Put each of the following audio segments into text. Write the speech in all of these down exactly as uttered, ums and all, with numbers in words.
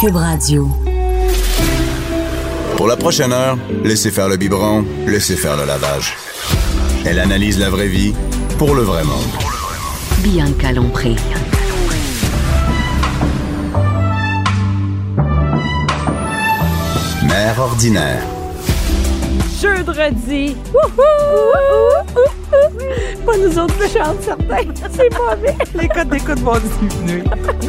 Cube Radio. Pour la prochaine heure, laissez faire le biberon, laissez faire le lavage. Elle analyse la vraie vie pour le vrai monde. Bianca Lompré. Mère ordinaire. Jeudi. Wouhou! Pas nous autres qui chantent, certains. C'est mauvais. Les codes d'écoute vont diminuer.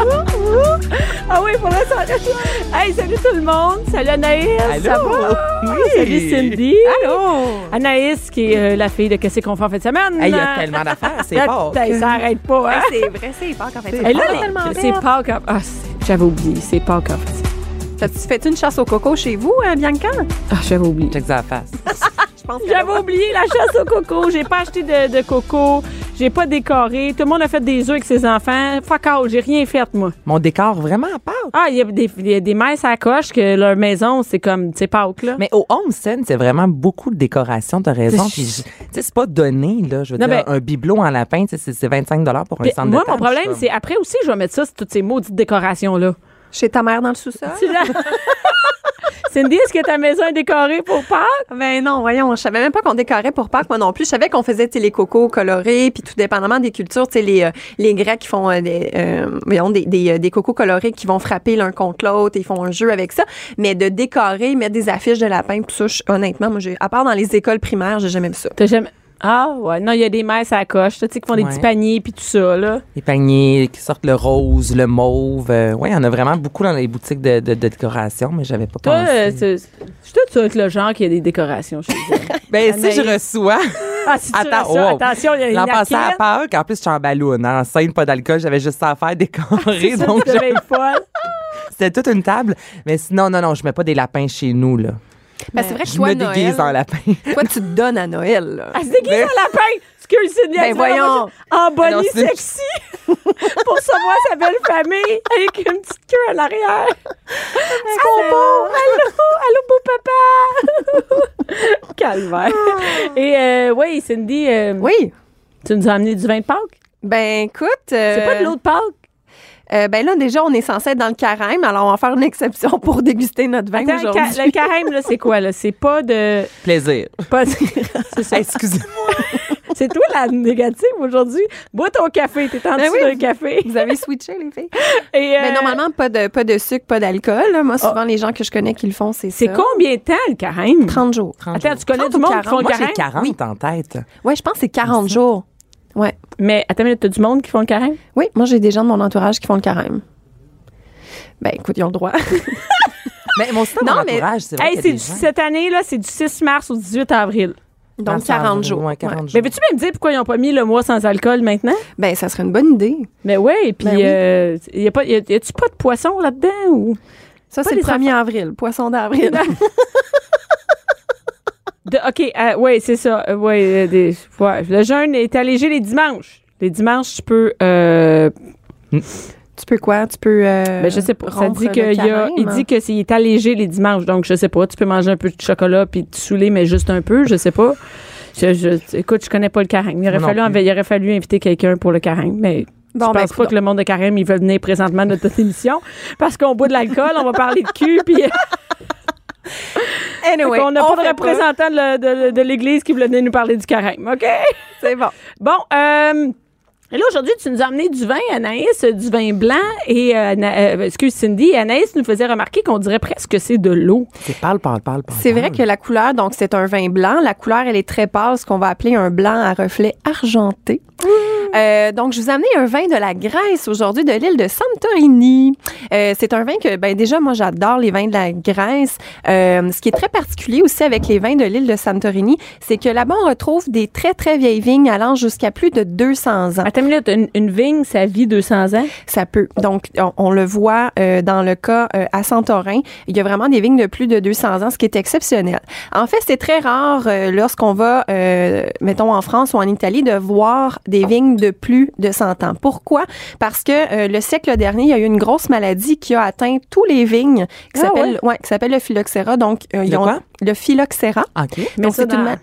Ah oui, pour l'instant. Hey, salut tout le monde. Salut Anaïs. Allô? Ça va? Oui. Salut Cindy. Allô? Anaïs, qui est euh, la fille de Qu'est-ce qu'on fait en fin de semaine. Il hey, y a tellement d'affaires, c'est pas. Ça n'arrête pas. Hein? C'est vrai, c'est Pâques en fait. C'est, là, c'est Pâques. Ah, c'est, j'avais oublié. C'est Pâques en fait. T'as-tu fait une chasse au coco chez vous, hein, Bianca? Ah, j'avais oublié. Check ça à la face. J'avais oublié la chasse au coco. J'ai pas acheté de, de coco. J'ai pas décoré. Tout le monde a fait des œufs avec ses enfants. Fuck all, j'ai rien fait, moi. Mon décor vraiment à Pâques. Ah, il y a des, il y a des messes à la coche que leur maison, c'est comme, tu sais, Pâques, là. Mais au Homestead, c'est vraiment beaucoup de décoration, t'as raison. Puis, tu sais, c'est pas donné, là. Je veux non, dire, ben, un bibelot en lapin, c'est, c'est vingt-cinq dollars pour un centre moi, de table. mon problème, c'est après aussi, je vais mettre ça, c'est toutes ces maudites décorations-là. Chez ta mère dans le sous-sol? Cindy, est-ce que ta maison est décorée pour Pâques? Ben non, voyons, je savais même pas qu'on décorait pour Pâques, moi non plus. Je savais qu'on faisait les cocos colorés, puis tout dépendamment des cultures, tu sais, les, euh, les Grecs qui font euh, des, euh, voyons, des, des, des cocos colorés qui vont frapper l'un contre l'autre, ils font un jeu avec ça. Mais de décorer, mettre des affiches de lapin, tout ça, je, honnêtement, moi, j'ai, à part dans les écoles primaires, j'ai jamais vu ça. T'as jamais... Ah, ouais. Non, il y a des messes à la coche, tu sais, qui font des ouais. petits paniers puis tout ça, là. Les paniers qui sortent le rose, le mauve. Euh, oui, il y en a vraiment beaucoup dans les boutiques de, de, de décoration, mais j'avais pas Toi, pensé. euh, c'est, je suis tout avec le genre qui a des décorations chez eux. Ben, Anaïs. si je reçois. Ah, si tu Attends, reçois, wow. attention, il y a une L'an passé à narquette. Pâques, en plus, je suis en ballon. Hein, enceinte, pas d'alcool, j'avais juste ça à faire décorer. C'est ça, donc, tu devais être folle. c'était toute une table. Mais sinon, non, non, je mets pas des lapins chez nous, là. Ben, c'est vrai que Je toi, me Noël, déguise en lapin. toi, tu te donnes à Noël, là. Elle se déguise en lapin. Excuse, Cindy. Ben, voyons. En bonnie Alors, c'est- sexy. Pour savoir sa belle famille avec une petite queue en arrière. Petit bonbon. Allô, allô, beau papa. Calvaire. Et euh, oui, Cindy, euh, Oui. tu nous as amené du vin de Pâques? Ben, écoute. euh, C'est pas de l'eau de Pâques? Euh, ben là, déjà, on est censé être dans le carême, alors on va faire une exception pour déguster notre vin Attends, aujourd'hui. ca- le carême, là, c'est quoi, là? C'est pas de... Plaisir. Pas de- c'est ça. Excusez-moi. C'est toi la négative aujourd'hui. Bois ton café, t'es en Ben dessous oui, d'un café. Vous avez switché, les filles? Et, euh, Mais normalement, pas de, pas de sucre, pas d'alcool. là. Moi, souvent, les gens que je connais qui le font, c'est ça. c'est combien de temps, le carême? trente jours. Attends, tu connais trente du ou monde qui font le quarante? Moi, carême? j'ai quarante en tête. Oui, je pense que c'est quarante jours. Ouais. Mais attends, mais t'as du monde qui font le carême? Oui, moi, j'ai des gens de mon entourage qui font le carême. Ben, écoute, ils ont le droit. Mais mon style, Non, mon mais- entourage, c'est vrai Hey, qu'il y c'est a du- des gens. cette année, là, c'est du six mars au dix-huit avril. Donc, Dans quarante cent jours. Ouais, quarante Ouais. jours. Mais veux-tu même me dire pourquoi ils n'ont pas mis le mois sans alcool maintenant? Ben, ça serait une bonne idée. Mais oui, puis Ben oui. euh, y a pas, y a, y a-tu pas de poisson là-dedans ou? Ça, Pas c'est le des premier avril, poisson d'avril. De, OK, euh, oui, c'est ça. Euh, ouais, euh, des, ouais, le jeûne est allégé les dimanches. Les dimanches, tu peux... Euh, Tu peux quoi? Tu peux. Euh, ben, je sais pas. Ça rompre dit le qu'il y a, carême? il dit que c'est il est allégé les dimanches. Donc, je sais pas. Tu peux manger un peu de chocolat puis te saouler, mais juste un peu. Je sais pas. Je, je, écoute, je connais pas le carême. Il aurait, Moi fallu, non plus. il aurait fallu inviter quelqu'un pour le carême, mais Bon, je ben, pense pas coudonc. que le monde de carême, il veut venir présentement à notre émission parce qu'on boit de l'alcool, on va parler de cul, puis Anyway, on n'a pas de fait représentant de, de, de l'Église qui voulait venir nous parler du carême, OK? C'est bon. Bon, euh... Et là, aujourd'hui, tu nous as amené du vin, Anaïs, du vin blanc. Et, euh, Ana- euh, excuse Cindy, Anaïs nous faisait remarquer qu'on dirait presque que c'est de l'eau. C'est parle, parle, parle, parle. C'est vrai parle. que la couleur, donc c'est un vin blanc. La couleur, elle est très pâle, ce qu'on va appeler un blanc à reflet argenté. Euh, donc, je vous ai amené un vin de la Grèce aujourd'hui, de l'île de Santorini. Euh, c'est un vin que, ben déjà, moi, j'adore les vins de la Grèce. Euh, ce qui est très particulier aussi avec les vins de l'île de Santorini, c'est que là-bas, on retrouve des très, très vieilles vignes allant jusqu'à plus de deux cents ans. Attends une minute, une, une vigne, ça vit deux cents ans? Ça peut. Donc, on, on le voit euh, dans le cas euh, à Santorin. Il y a vraiment des vignes de plus de deux cents ans, ce qui est exceptionnel. En fait, c'est très rare euh, lorsqu'on va, euh, mettons, en France ou en Italie, de voir des vignes de plus de cent ans. Pourquoi? Parce que euh, le siècle dernier, il y a eu une grosse maladie qui a atteint tous les vignes, qui Ah s'appelle ouais. ouais, qui s'appelle le phylloxéra. Donc, euh, ils Le ont quoi? le phylloxéra. OK. Mais Donc, ça c'est dans- une ma-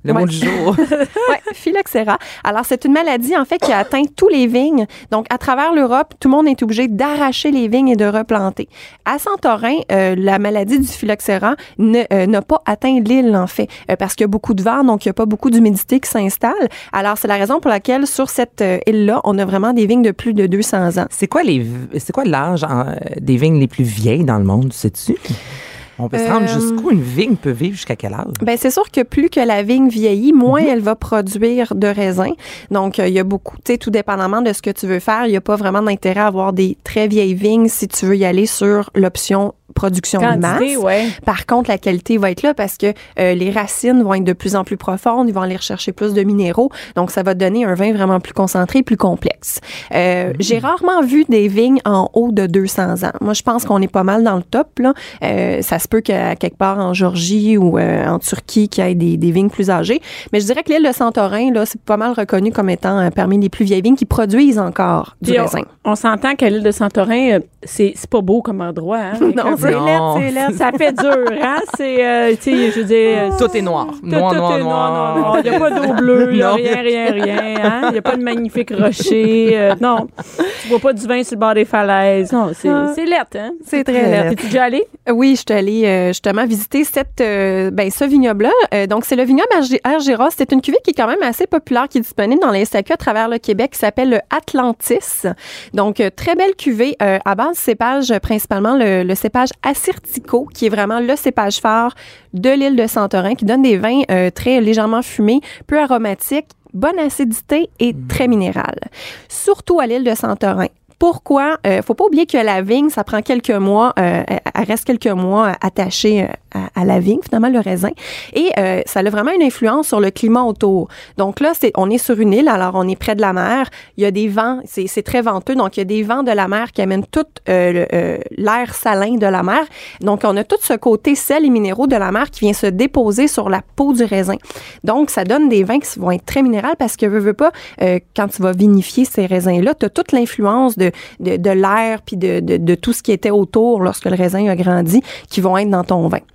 Le Ouais. mot du jour. Oui, phylloxéra. Alors, c'est une maladie, en fait, qui atteint tous les vignes. Donc, à travers l'Europe, tout le monde est obligé d'arracher les vignes et de replanter. À Santorin, euh, la maladie du phylloxéra ne, euh, n'a pas atteint l'île, en fait, euh, parce qu'il y a beaucoup de vent, donc il n'y a pas beaucoup d'humidité qui s'installe. Alors, c'est la raison pour laquelle, sur cette euh, île-là, on a vraiment des vignes de plus de deux cents ans. C'est quoi les v- c'est quoi l'âge en- des vignes les plus vieilles dans le monde, sais-tu? On peut se rendre Euh, jusqu'où une vigne peut vivre jusqu'à quel âge? Ben c'est sûr que plus que la vigne vieillit, moins Mhm. elle va produire de raisins. Donc, euh, il y a beaucoup, tu sais, tout dépendamment de ce que tu veux faire, il n'y a pas vraiment d'intérêt à avoir des très vieilles vignes si tu veux y aller sur l'option production de masse. Quantité, ouais. Par contre, la qualité va être là parce que euh, les racines vont être de plus en plus profondes, ils vont aller rechercher plus de minéraux, donc ça va donner un vin vraiment plus concentré, plus complexe. Euh, J'ai rarement vu des vignes en haut de deux cents ans. Moi, je pense qu'on est pas mal dans le top, là. Euh, ça se peut qu'à quelque part en Géorgie ou euh, en Turquie qu'il y ait des, des vignes plus âgées, mais je dirais que l'île de Santorin, là, c'est pas mal reconnu comme étant euh, parmi les plus vieilles vignes qui produisent encore du Puis raisin. on, on s'entend qu'à l'île de Santorin, euh, c'est c'est pas beau comme endroit. Hein, avec Non, un c'est peu- laid, Non. c'est laid. Ça fait dur, hein? C'est, euh, tu sais, je veux dire... Tout est noir. Tout, Noir, tout noir, est noir. non, non. Il n'y a pas d'eau bleue, il n'y a Non. rien, rien, rien. Hein? Il n'y a pas de magnifique rocher. euh, non, tu vois pas du vin sur le bord des falaises. Non, c'est Ah. c'est lettre, hein? C'est très très laid. laid. T'es-tu déjà allé? Oui, je suis allée euh, justement visiter cette, euh, ben, ce vignoble-là. Euh, donc, c'est le vignoble Argi- Argyros. C'est une cuvée qui est quand même assez populaire, qui est disponible dans les S A Q à travers le Québec, qui s'appelle le Atlantis. Donc, euh, très belle cuvée euh, à base de cépage, euh, principalement le, le cépage Assyrtiko, qui est vraiment le cépage phare de l'île de Santorin, qui donne des vins euh, très légèrement fumés, peu aromatiques, bonne acidité et très minérale. Surtout à l'île de Santorin. Pourquoi? Euh, faut pas oublier que la vigne, ça prend quelques mois, euh, elle reste quelques mois attachée euh, à, à la vigne, finalement, le raisin. Et euh, ça a vraiment une influence sur le climat autour. Donc là, c'est, on est sur une île, alors on est près de la mer. Il y a des vents, c'est, c'est très venteux, donc il y a des vents de la mer qui amènent tout euh, le, euh, l'air salin de la mer. Donc, on a tout ce côté sel et minéraux de la mer qui vient se déposer sur la peau du raisin. Donc, ça donne des vins qui vont être très minéraux parce que, veux, veux pas, euh, quand tu vas vinifier ces raisins-là, tu as toute l'influence de, de, de l'air puis de, de, de tout ce qui était autour lorsque le raisin a grandi qui vont être dans ton vin.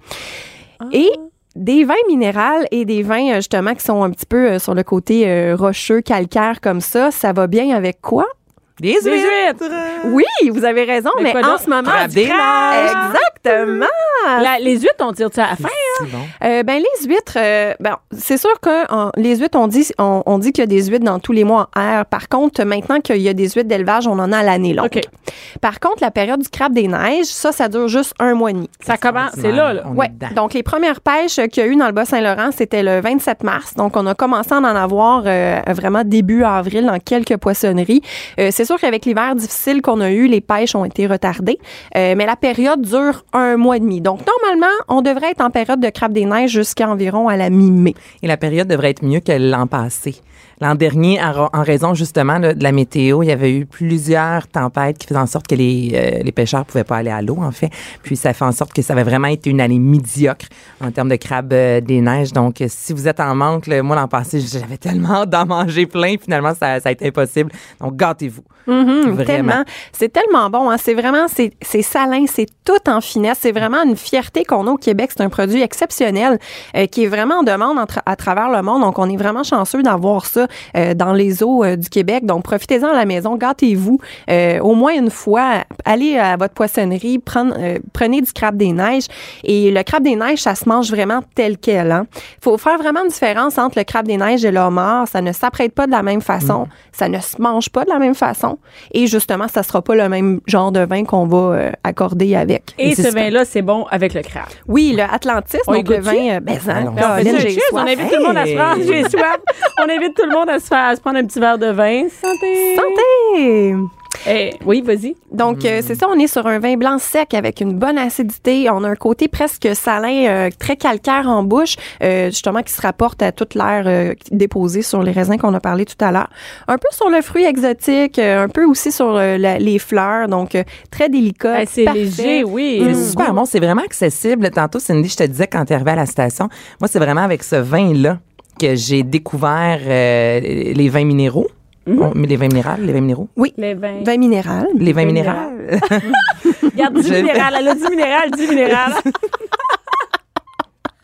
Et des vins minéraux et des vins, euh, justement, qui sont un petit peu euh, sur le côté euh, rocheux, calcaire comme ça, ça va bien avec quoi? Des Des huîtres! huîtres! Oui, vous avez raison, Mais mais, quoi en donc? ce moment... Crabe des neiges. Exactement! La- les huîtres, on tire ça à la fin. C'est bon. Euh, ben les huîtres, euh, ben c'est sûr que en- les huîtres, on dit on, on dit qu'il y a des huîtres dans tous les mois en air. Par contre, maintenant qu'il y a des huîtres d'élevage, on en a à l'année longue. OK. Par contre, la période du crabe des neiges, ça, ça dure juste un mois et demi. Ça commence, c'est là, là. On est Ouais. dedans. Donc, les premières pêches qu'il y a eu dans le Bas-Saint-Laurent, c'était le vingt-sept mars. Donc, on a commencé à en avoir euh, vraiment début avril dans quelques poissonneries. Euh, c'est sûr qu'avec l'hiver difficile qu'on a eu, les pêches ont été retardées. Euh, mais la période dure un mois et demi. Donc, normalement, on devrait être en période de crabe des neiges jusqu'à environ à la mi-mai. Et la période devrait être mieux que l'an passé. L'an dernier, en, en raison justement là, de la météo, il y avait eu plusieurs tempêtes qui faisaient en sorte que les, euh, les pêcheurs pouvaient pas aller à l'eau, en fait. Puis ça fait en sorte que ça avait vraiment été une année médiocre en termes de crabe euh, des neiges. Donc, euh, si vous êtes en manque, là, moi, l'an passé, j'avais tellement hâte d'en manger plein. Finalement, ça, ça a été impossible. Donc, gâtez-vous. Mhm, Vraiment. tellement. C'est tellement bon. Hein. C'est vraiment, c'est, c'est salin, c'est tout en finesse. C'est vraiment une fierté qu'on a au Québec. C'est un produit exceptionnel euh, qui est vraiment en demande en tra- à travers le monde. Donc, on est vraiment chanceux d'avoir ça euh, dans les eaux euh, du Québec. Donc, profitez-en à la maison, gâtez-vous. Euh, au moins une fois, allez à votre poissonnerie, prendre, euh, prenez du crabe des neiges. Et le crabe des neiges, ça se mange vraiment tel quel. Hein. Faut faire vraiment une différence entre le crabe des neiges et le homard. Ça ne s'apprête pas de la même façon. Ça ne se mange pas de la même façon. Et justement, ça sera pas le même genre de vin qu'on va euh, accorder avec. Et, c'est ce super. vin-là, c'est bon avec le crabe. Oui, le Atlantis, On y donc le goûte-tu? vin, euh, ben, ça, Allons. Ben, on fait Colin, ça, j'ai cheers, soif. on invite tout le monde à se faire. Hey! J'ai soif. On invite tout le monde à se faire, à se prendre un petit verre de vin. Santé! Santé! Eh, oui, vas-y. Donc, euh, c'est ça, on est sur un vin blanc sec avec une bonne acidité. On a un côté presque salin, euh, très calcaire en bouche, euh, justement qui se rapporte à toute l'air euh, déposé sur les raisins qu'on a parlé tout à l'heure. Un peu sur le fruit exotique, euh, un peu aussi sur euh, la- les fleurs, donc euh, très délicat. Eh, c'est parfait. léger, oui. C'est Mm. super bon. C'est vraiment accessible. Tantôt, Cindy, je te disais quand tu es arrivée à la station, moi, c'est vraiment avec ce vin-là que j'ai découvert euh, les vins minéraux. On- les vins minéraux, les vins minéraux. Oui, Les vins. vin minéral. Les vins Vins minéraux. Regarde, du Je- minéral. Elle a dit minéral, du minéral.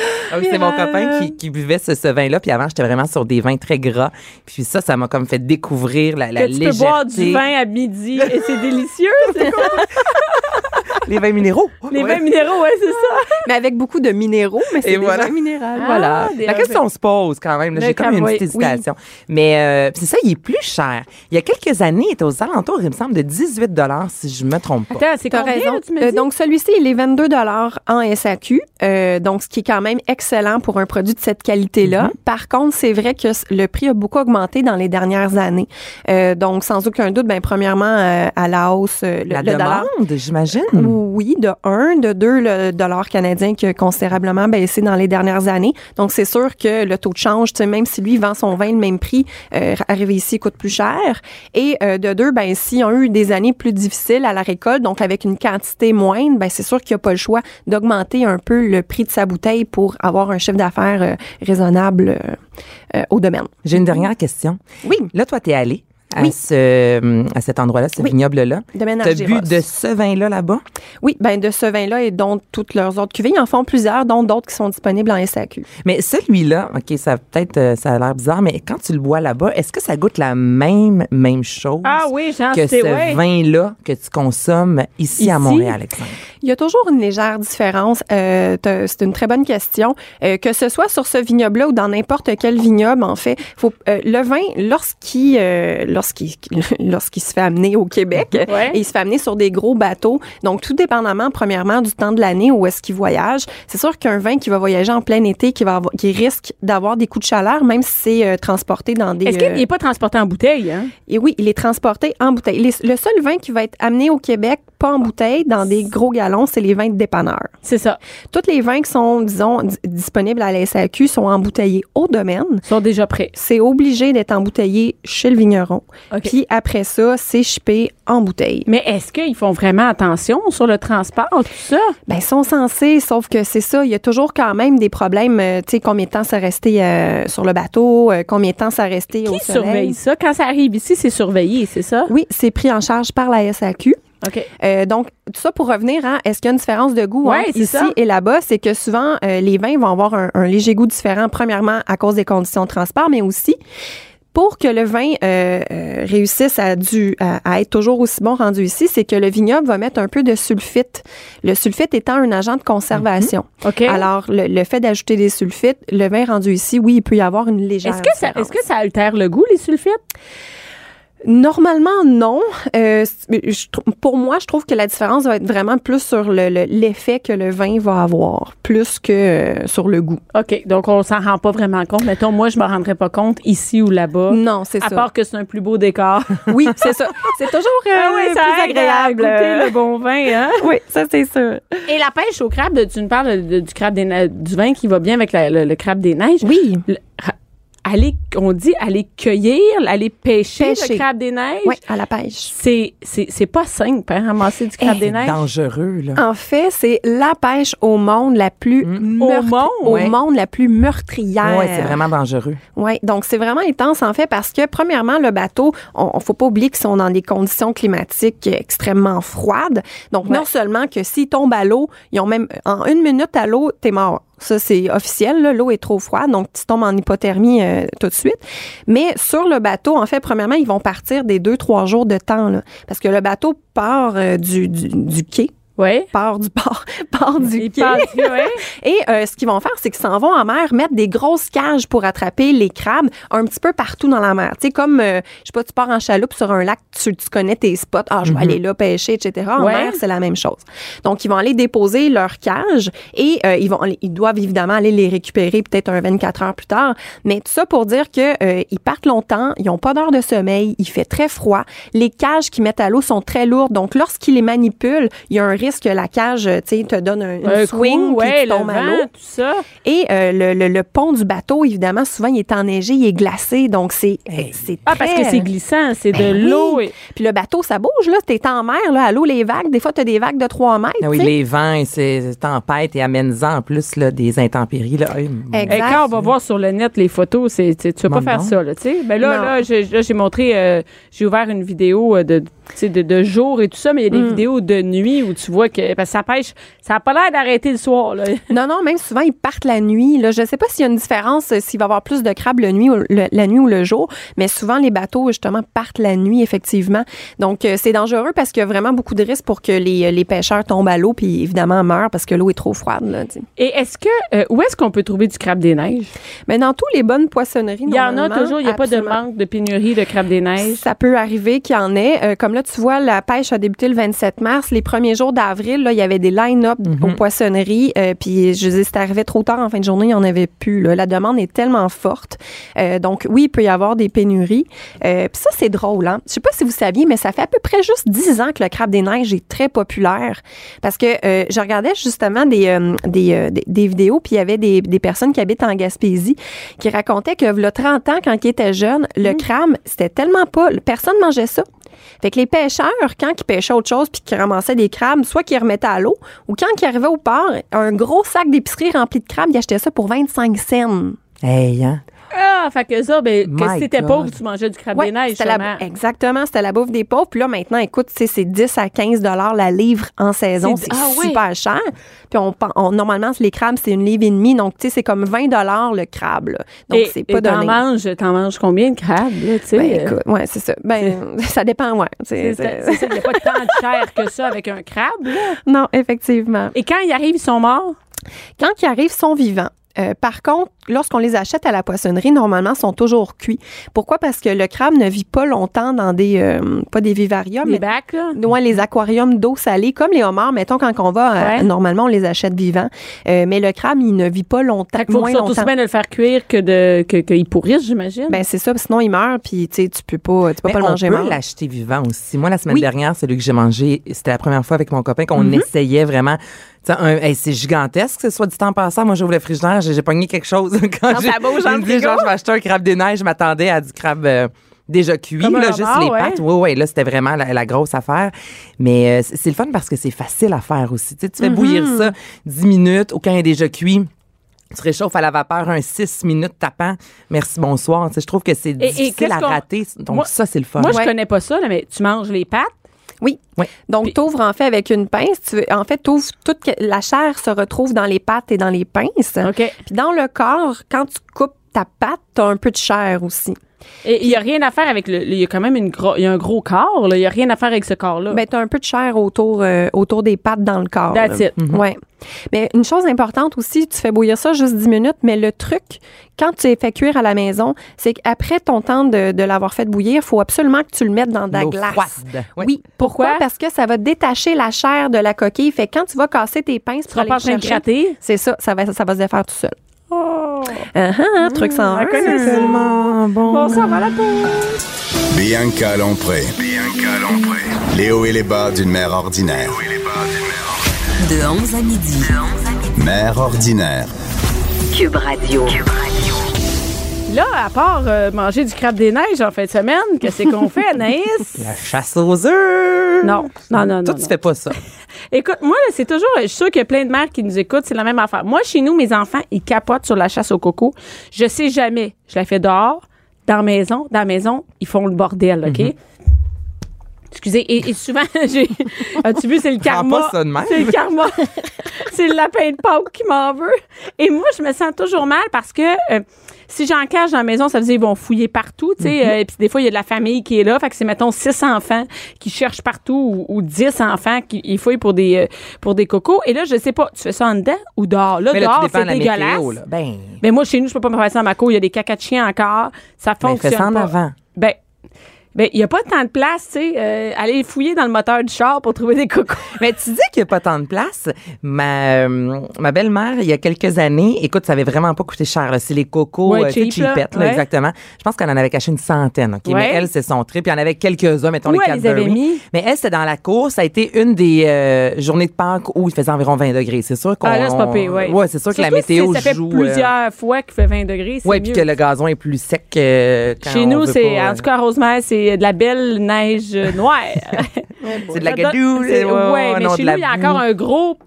Ah oui, c'est mon copain qui, qui buvait ce, ce vin-là. Puis avant, j'étais vraiment sur des vins très gras. Puis ça, ça m'a comme fait découvrir la, la que tu légèreté. peux boire du vin à midi et c'est délicieux. C'est quoi? Les vins minéraux. Les Ouais. vins minéraux, ouais, c'est ça. Mais avec beaucoup de minéraux, mais c'est Et des voilà. vins minéraux. Ah, Voilà. des- La question se pose quand même. là. Le J'ai comme une cam- petite oui. hésitation. Mais euh, c'est ça, il est plus cher. Il y a quelques années, il était aux alentours, il me semble, de dix-huit dollars si je me trompe pas. Attends, c'est T'as combien, raison. là, tu me Euh, dis? donc, celui-ci, il est vingt-deux dollars en S A Q. Euh, donc, ce qui est quand même excellent pour un produit de cette qualité-là. Mm-hmm. Par contre, c'est vrai que c- le prix a beaucoup augmenté dans les dernières années. Euh, donc, sans aucun doute, ben, premièrement, euh, à la hausse, euh, le, La le dollar. demande, j'imagine. Oui, de un, de deux, le dollar canadien qui a considérablement baissé dans les dernières années. Donc, c'est sûr que le taux de change, tu sais, même si lui vend son vin le même prix, euh, arrivé ici, il coûte plus cher. Et euh, de deux, ben, s'ils ont eu des années plus difficiles à la récolte, donc avec une quantité moindre, ben, c'est sûr qu'il n'y a pas le choix d'augmenter un peu le prix de sa bouteille pour avoir un chiffre d'affaires euh, raisonnable euh, euh, au domaine. J'ai une dernière question. Oui, Là, toi, t'es allé à, Oui. ce, à cet endroit-là, ce Oui. vignoble-là. domaine T'as bu Argyros. de ce vin-là là-bas? Oui, ben de ce vin-là et dont toutes leurs autres cuvées. Ils en font plusieurs, dont d'autres qui sont disponibles en S A Q. Mais celui-là, OK, ça peut-être euh, ça a l'air bizarre, mais quand tu le bois là-bas, est-ce que ça goûte la même même chose Ah oui, j'en que sais, ce ouais. vin-là que tu consommes ici, Ici? à Montréal, Alexandre? Il y a toujours une légère différence. Euh, t'as- c'est une très bonne question. Euh, que ce soit sur ce vignoble-là ou dans n'importe quel vignoble, en fait, faut, euh, le vin, lorsqu'il, euh, lorsqu'il, lorsqu'il se fait amener au Québec, Ouais. et il se fait amener sur des gros bateaux, donc tout dépendamment, premièrement, du temps de l'année où est-ce qu'il voyage, c'est sûr qu'un vin qui va voyager en plein été, qui va avoir, qui risque d'avoir des coups de chaleur, même si c'est euh, transporté dans des... Est-ce qu'il euh, n'est pas transporté en bouteille? Hein? et oui, il est transporté en bouteille. Les- le seul vin qui va être amené au Québec, pas en bouteille, dans des gros galons, c'est les vins de dépanneurs. C'est ça. Tous les vins qui sont, disons, di- disponibles à la S A Q sont embouteillés au domaine. Ils sont déjà prêts. C'est obligé d'être embouteillé chez le vigneron. OK. Puis après ça, c'est shippé en bouteille. Mais est-ce qu'ils font vraiment attention sur le transport, tout ça? Ben, ils sont censés, sauf que c'est ça, il y a toujours quand même des problèmes. euh, tu sais, combien de temps ça restait euh, sur le bateau, euh, combien de temps ça restait au Qui soleil. surveille ça? Quand ça arrive ici, c'est surveillé, c'est ça? Oui, c'est pris en charge par la S A Q. OK. Euh, donc, tout ça pour revenir à est-ce qu'il y a une différence de goût Ouais, entre c'est ici ça. et là-bas? C'est que souvent, euh, les vins vont avoir un, un léger goût différent, premièrement à cause des conditions de transport, mais aussi pour que le vin euh, euh, réussisse à, du, à, à être toujours aussi bon rendu ici, c'est que le vignoble va mettre un peu de sulfite. Le sulfite étant un agent de conservation. OK. Alors, le, le fait d'ajouter des sulfites, le vin rendu ici, oui, il peut y avoir une légère Est-ce que, ça, différence. est-ce que ça altère le goût, les sulfites? Normalement, non. Euh, je trou- pour moi, je trouve que la différence va être vraiment plus sur le- le- l'effet que le vin va avoir, plus que euh, sur le goût. OK. Donc, on s'en rend pas vraiment compte. Mettons, moi, je me rendrais pas compte ici ou là-bas. Non, c'est À ça. part que c'est un plus beau décor. Oui, c'est ça. C'est toujours euh, Ah oui, ça plus aide à agréable. goûter le bon vin, hein? Oui, ça, c'est sûr. Et la pêche au crabe, de- tu nous parles de- de- du crabe des ne- du vin qui va bien avec la- le, le crabe des neiges. Oui. Le- ra- aller, on dit aller cueillir, aller pêcher, Pêcher. le crabe des neiges. Oui, à la pêche. C'est, c'est, c'est pas simple, hein, ramasser du crabe Eh, des neiges. Dangereux, là. En fait, c'est la pêche au monde la plus meurtri- Au monde, au ouais. monde la plus meurtrière. Oui, c'est vraiment dangereux. Oui, donc c'est vraiment intense en fait parce que premièrement le bateau, on, on faut pas oublier qu'ils sont dans des conditions climatiques extrêmement froides. Donc Ouais. non seulement que s'ils tombent à l'eau, ils ont même en une minute à l'eau, t'es mort. Ça, c'est officiel. là. L'eau est trop froide, donc tu tombes en hypothermie euh, tout de suite. Mais sur le bateau, en fait, premièrement, ils vont partir des deux, trois jours de temps. Là, parce que le bateau part euh, du, du, du quai, Oui. part du port, part du Il quai. parle, ouais. Et euh, ce qu'ils vont faire, c'est qu'ils s'en vont en mer, mettre des grosses cages pour attraper les crabes un petit peu partout dans la mer. Tu sais, comme, euh, je sais pas, tu pars en chaloupe sur un lac, tu, tu connais tes spots. Ah, je vais aller là pêcher, et cetera. En Ouais. mer, c'est la même chose. Donc, ils vont aller déposer leurs cages et euh, ils vont, ils doivent évidemment aller les récupérer peut-être un vingt-quatre heures plus tard. Mais tout ça pour dire que euh, ils partent longtemps, ils ont pas d'heure de sommeil, il fait très froid. Les cages qu'ils mettent à l'eau sont très lourdes. Donc, lorsqu'ils les manipulent, il y a un risque que la cage, tu sais, te donne un, une Un swing coup, puis ouais, tu tombes le à l'eau. vent, tout ça. Et euh, le, le, le pont du bateau, évidemment, souvent, il est enneigé, il est glacé. Donc, c'est c'est Ah, parce très- que c'est glissant, c'est Ben de oui. l'eau. Et... Puis le bateau, ça bouge, là. T'es en mer, là. À l'eau, les vagues. Des fois, t'as des vagues de trois mètres. Ah oui, tu sais. les vents et ces tempêtes et amène-en en plus là, des intempéries. Là. Hey, mon- Exact. Et quand on va voir sur le net les photos, c'est, tu tu vas pas Bon, faire bon. ça, là, tu sais. Ben là, Non. là, j'ai, là, j'ai montré, euh, j'ai ouvert une vidéo euh, de sais, de, de jour et tout ça, mais il y a des Mm. vidéos de nuit où tu vois que parce que ça pêche, ça n'a pas l'air d'arrêter le soir. Là. Non, non, même souvent, ils partent la nuit. Là. Je ne sais pas s'il y a une différence, euh, s'il va y avoir plus de crabes le nuit ou le- la nuit ou le jour, mais souvent, les bateaux, justement, partent la nuit, effectivement. Donc, euh, c'est dangereux parce qu'il y a vraiment beaucoup de risques pour que les, les pêcheurs tombent à l'eau puis, évidemment, meurent parce que l'eau est trop froide. Là, tu sais. Et est-ce que, euh, où est-ce qu'on peut trouver du crabe des neiges? Mais dans toutes les bonnes poissonneries, Il y en a normalement, toujours, il n'y a pas de absolument. manque de pénurie de crabe des neiges. Ça peut arriver qu'il y en ait. Euh, comme là, tu vois, la pêche a débuté le vingt-sept mars. Les premiers jours d'avril, là, il y avait des line-up aux poissonneries. Euh, puis, je dis, c'était arrivé trop tard en fin de journée, il n'y en avait plus. Là. La demande est tellement forte. Euh, donc, oui, il peut y avoir des pénuries. Euh, puis ça, c'est drôle. Hein? Je sais pas si vous saviez, mais ça fait à peu près juste dix ans que le crabe des neiges est très populaire. Parce que euh, je regardais justement des, euh, des, euh, des, des vidéos, puis il y avait des, des personnes qui habitent en Gaspésie qui racontaient que, il y a trente ans, quand ils étaient jeunes, le crabe, c'était tellement pas... Personne mangeait ça. Fait que les pêcheurs, quand ils pêchaient autre chose puis qu'ils ramassaient des crabes, soit qu'ils remettaient à l'eau, ou quand ils arrivaient au port, un gros sac d'épicerie rempli de crabes, ils achetaient ça pour vingt-cinq cents. Hey, hein? Ah, fait que ça, ben, que My si t'étais God. pauvre, tu mangeais du crabe Ouais, des neiges. c'était la, justement. exactement, c'était la bouffe des pauvres. Puis là, maintenant, écoute, tu sais, c'est dix à quinze dollars la livre en saison. C'est- C'est ah oui. super cher. Puis on, on- normalement, les crabes, c'est une livre et demie. Donc, tu sais, c'est comme vingt dollars le crabe. Là. Donc, Et- c'est pas et t'en donné. manges, t'en manges combien de crabes, là, tu sais? Ben, euh, écoute, ouais, c'est ça. Ben, ça dépend, ouais. c'est C'est- ça, c'est- c'est ça, il n'y a pas tant de chair que ça avec un crabe, là. Non, effectivement. Et quand ils arrivent, ils sont morts? Quand ils arrivent, ils sont vivants. Euh, par contre, lorsqu'on les achète à la poissonnerie, normalement, ils sont toujours cuits. Pourquoi? Parce que le crabe ne vit pas longtemps dans des, euh, pas des vivariums, Les mais bacs, là? ouais, les aquariums d'eau salée, comme les homards, mettons, quand on va, euh, Ouais. normalement, on les achète vivants. Euh, mais le crabe, il ne vit pas longtemps, Fait qu'il faut moins que ça soit aussi longtemps. bien de le faire cuire que de que, qu'il pourrisse, j'imagine. Ben, c'est ça, sinon il meurt, puis tu sais, tu peux pas, tu peux Mais pas le on manger peut mort. l'acheter vivant aussi. Moi, la semaine Oui. dernière, celui que j'ai mangé, c'était la première fois avec mon copain qu'on Mm-hmm. essayait vraiment. Tu sais, un- hey, c'est gigantesque, ce soit du temps passant. Moi, j'ouvre le frigidaire, j'ai j'ai pogné quelque chose. Quand Dans j'ai ta bouche, dans j'ai le dit, frigo. genre, je vais acheter un crabe des neiges, je m'attendais à du crabe euh, déjà cuit, Comme un là, juste homard, les ouais. pattes. Oui, oui, là, c'était vraiment la, la grosse affaire. Mais euh, c'est c'est le fun parce que c'est facile à faire aussi. Tu sais, tu fais bouillir Mm-hmm. ça dix minutes, ou quand il est déjà cuit, tu réchauffes à la vapeur un six minutes tapant. Merci, bonsoir. Tu sais, je trouve que c'est et difficile qu'est-ce à qu'on- rater. Donc, Moi- ça, c'est le fun. Moi, je Ouais. connais pas ça, là, mais tu manges les pattes. Oui. Oui. Donc, Puis- t'ouvres en fait avec une pince. Tu, veux- en fait, t'ouvres toute que- la chair se retrouve dans les pattes et dans les pinces. OK. Puis dans le corps, quand tu coupes ta patte, t'as un peu de chair aussi. Et il n'y a rien à faire avec le. Il y a quand même une gros, il y a un gros corps, là. Il n'y a rien à faire avec ce corps-là. Ben, t'as un peu de chair autour, euh, autour des pattes dans le corps. That's là. it. Ouais. Mais une chose importante aussi, tu fais bouillir ça juste dix minutes, mais le truc, quand tu les fais cuire à la maison, c'est qu'après ton temps de, de l'avoir fait bouillir, il faut absolument que tu le mettes dans de la L'eau glace. froide. Oui. Oui. Pourquoi? Pourquoi? Parce que ça va détacher la chair de la coquille. Fait que quand tu vas casser tes pinces tu pour seras aller pas en train de chercher, gratter. c'est ça, ça va, ça va se défaire tout seul. Oh. Ah, ah, truc sans un. Tellement bon. Bon, ça va la pause. Bianca Lompré. Bianca Lompré. Les hauts et les bas d'une mère ordinaire. De onze à midi. Mère ordinaire. Cube Radio. Là, à part euh, manger du crabe des neiges en fin de semaine, qu'est-ce qu'on fait, Anaïs? La chasse aux œufs. Non, non, non, non. Toi, tu non. fais pas ça. Écoute, moi, là, c'est toujours. Je suis sûre qu'il y a plein de mères qui nous écoutent. C'est la même affaire. Moi, chez nous, mes enfants, ils capotent sur la chasse au coco. Je sais jamais. Je la fais dehors, dans la maison. Dans la maison, ils font le bordel, OK? Excusez. Et, et souvent, j'ai. As-tu vu, c'est le Prends karma. pas ça de même. C'est le karma. C'est le lapin de Pâques qui m'en veut. Et moi, je me sens toujours mal parce que. euh, si j'en cache dans la maison, ça veut dire qu'ils vont fouiller partout, tu sais. euh, et puis des fois, il y a de la famille qui est là. Fait que c'est, mettons, six enfants qui cherchent partout ou, ou dix enfants qui ils fouillent pour des, euh, pour des cocos. Et là, je sais pas, tu fais ça en dedans ou dehors? Là, Mais là, dehors, tu dépends c'est de la dégueulasse. météo. Là. Ben, Mais moi, chez nous, je peux pas me faire ça dans ma cour. Il y a des cacas de chiens encore. Ça ben, fonctionne fais ça en pas. avant. Ben, ben, il y a pas tant de place, tu sais. Euh, aller fouiller dans le moteur du char pour trouver des cocos. Mais tu dis qu'il n'y a pas tant de place. Ma, euh, ma belle-mère, il y a quelques années, écoute, ça avait vraiment pas coûté cher. là. C'est les cocos Ouais, euh, tu sais, cheap, là. cheapettes, là, Ouais. exactement. Je pense qu'elle en avait caché une centaine. OK? Ouais. Mais elle, c'est son trip. Puis il y en avait quelques-uns, mettons Où les elle les avait Cadbury. mis? Mais elle, c'était dans la cour. Ça a été une des euh, journées de Pâques où il faisait environ vingt degrés. C'est sûr qu'on... Ah, là, c'est pas pire, ouais. Ouais, c'est sûr que la Surtout si météo ça fait joue... euh, plusieurs fois qu'il fait vingt degrés. C'est ouais, puis mieux. que le gazon est plus sec que quand Chez on nous, veut c'est, pas, en tout cas, à Rosemère, c'est de la belle neige euh, noire. c'est de la Ça donne- gadoue. c'est- ouais, ouais, mais non, chez de la nous, il y a boue. encore un gros